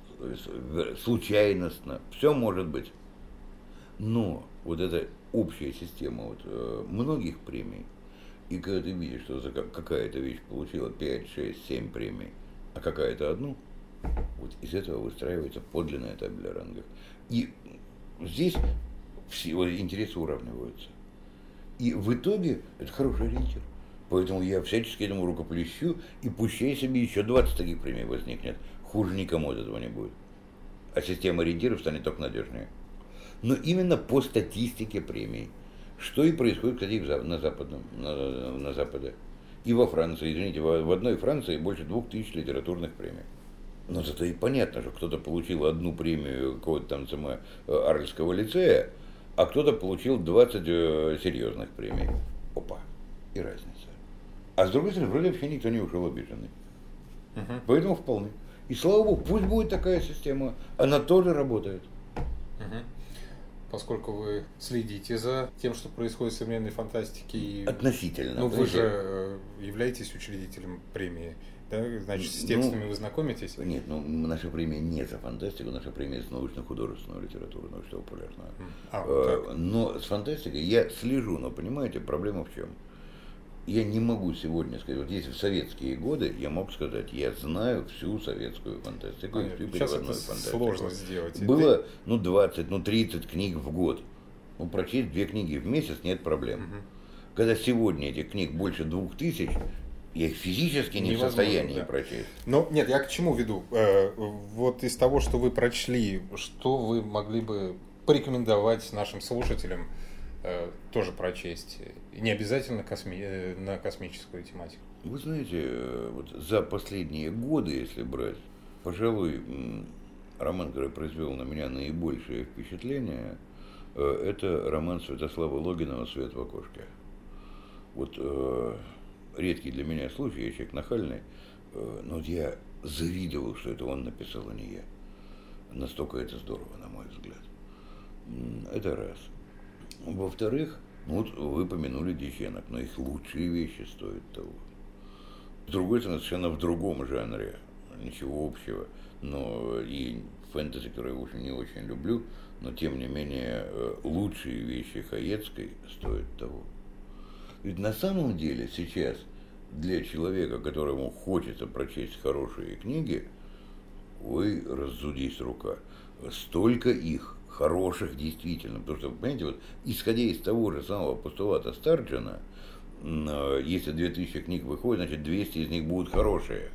случайностна, все может быть. Но вот эта общая система вот, э, многих премий, и когда ты видишь, что за какая-то вещь получила пять, шесть, семь премий, а какая-то одну, вот из этого выстраивается подлинная табель о рангах. И здесь все вот, интересы уравниваются. И в итоге это хороший ориентир. Поэтому я всячески этому рукоплещу, и пущай себе еще двадцать таких премий возникнет. Хуже никому от этого не будет. А система ориентиров станет только надежнее. Но именно по статистике премий. Что и происходит, кстати, на, западном, на, на Западе. И во Франции, извините, в, в одной Франции больше двух тысяч литературных премий. Но зато и понятно, что кто-то получил одну премию какого-то там самого Арльского лицея, а кто-то получил двадцать э, серьезных премий. Опа, и разница. А с другой стороны, вроде вообще никто не ушел обиженный. Uh-huh. Поэтому вполне. И слава богу, пусть будет такая система, она тоже работает. Uh-huh. Поскольку вы следите за тем, что происходит в современной фантастике. Относительно. Ну, вы же являетесь учредителем премии, да? Значит, с текстами ну, вы знакомитесь? Нет, ну, наша премия не за фантастику, наша премия за научно-художественную литературу, научно-популярную. А, вот но с фантастикой я слежу, но понимаете, проблема в чем? Я не могу сегодня сказать, вот если в советские годы, я мог сказать, я знаю всю советскую фантастику, а, всю сейчас переводную это фантастику. Сложно сделать. Было, ну, двадцать, ну, тридцать книг в год. Ну, прочесть две книги в месяц нет проблем. Угу. Когда сегодня этих книг больше двух тысяч, я их физически не Невозможно, в состоянии да. прочесть. Ну, нет, я к чему веду? Э, вот из того, что вы прочли, что вы могли бы порекомендовать нашим слушателям тоже прочесть, не обязательно косми... на космическую тематику. Вы знаете, вот за последние годы, если брать, пожалуй, роман, который произвел на меня наибольшее впечатление, это роман Святослава Логинова «Свет в окошке». Вот э, редкий для меня случай, я человек нахальный, э, но вот я завидовал, что это он написал, а не я. Настолько это здорово, на мой взгляд. Это раз. Во-вторых, ну вот вы помянули Дьяченок, но их лучшие вещи стоят того. С другой стороны, совершенно в другом жанре, ничего общего, но и фэнтези, которые я, в общем, не очень люблю, но тем не менее лучшие вещи Хаецкой стоят того. Ведь на самом деле сейчас для человека, которому хочется прочесть хорошие книги, вы раззудись рука. Столько их. Хороших действительно, потому что, понимаете, вот, исходя из того же самого постулата Старджена, если две тысячи книг выходит, значит двести из них будут хорошие.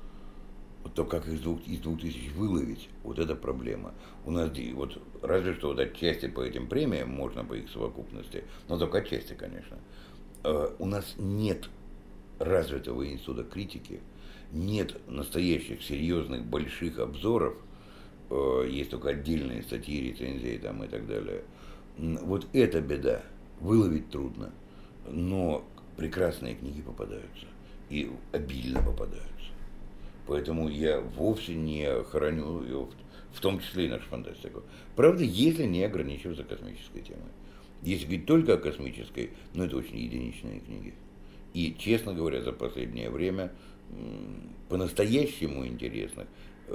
Вот то, как из двух, из двух тысяч выловить, вот это проблема. У нас, вот, разве что вот отчасти по этим премиям, можно по их совокупности, но только отчасти, конечно. У нас нет развитого института критики, нет настоящих серьезных больших обзоров, есть только отдельные статьи, рецензии там и так далее. Вот это беда. Выловить трудно. Но прекрасные книги попадаются. И обильно попадаются. Поэтому я вовсе не хороню ее, в том числе и нашу фантастику. Правда, если не ограничиваться космической темой. Если говорить только о космической, ну это очень единичные книги. И, честно говоря, за последнее время по-настоящему интересных,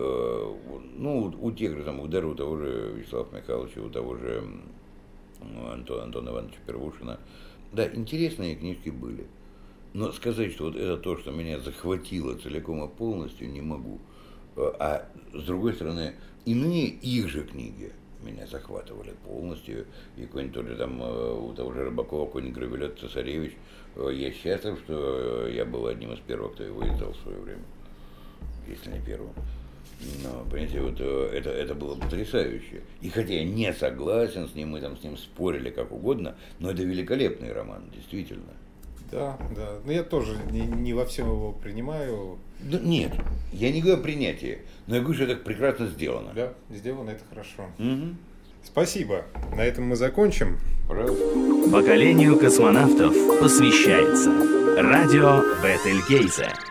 ну, у тех же самых Дэр, у того же Вячеслава Михайловича, у того же Антона, Антона Ивановича Первушина, да, интересные книжки были. Но сказать, что вот это то, что меня захватило целиком и полностью, не могу. А с другой стороны, иные их же книги, меня захватывали полностью. И какой-нибудь тоже там у того же Рыбакова, какой-нибудь Гравелет Цесаревич. Я счастлив, что я был одним из первых, кто его издал в свое время. Если не первым. Но, понимаете, вот это, это было потрясающе. И хотя я не согласен с ним, мы там с ним спорили как угодно, но это великолепный роман, действительно. Да, да. Но я тоже не, не во всем его принимаю. Да, нет, я не говорю о принятии, но я говорю, что это прекрасно сделано. Да, сделано это хорошо. Угу. Спасибо. На этом мы закончим. Пожалуйста. Поколению космонавтов посвящается радио Бетельгейзе.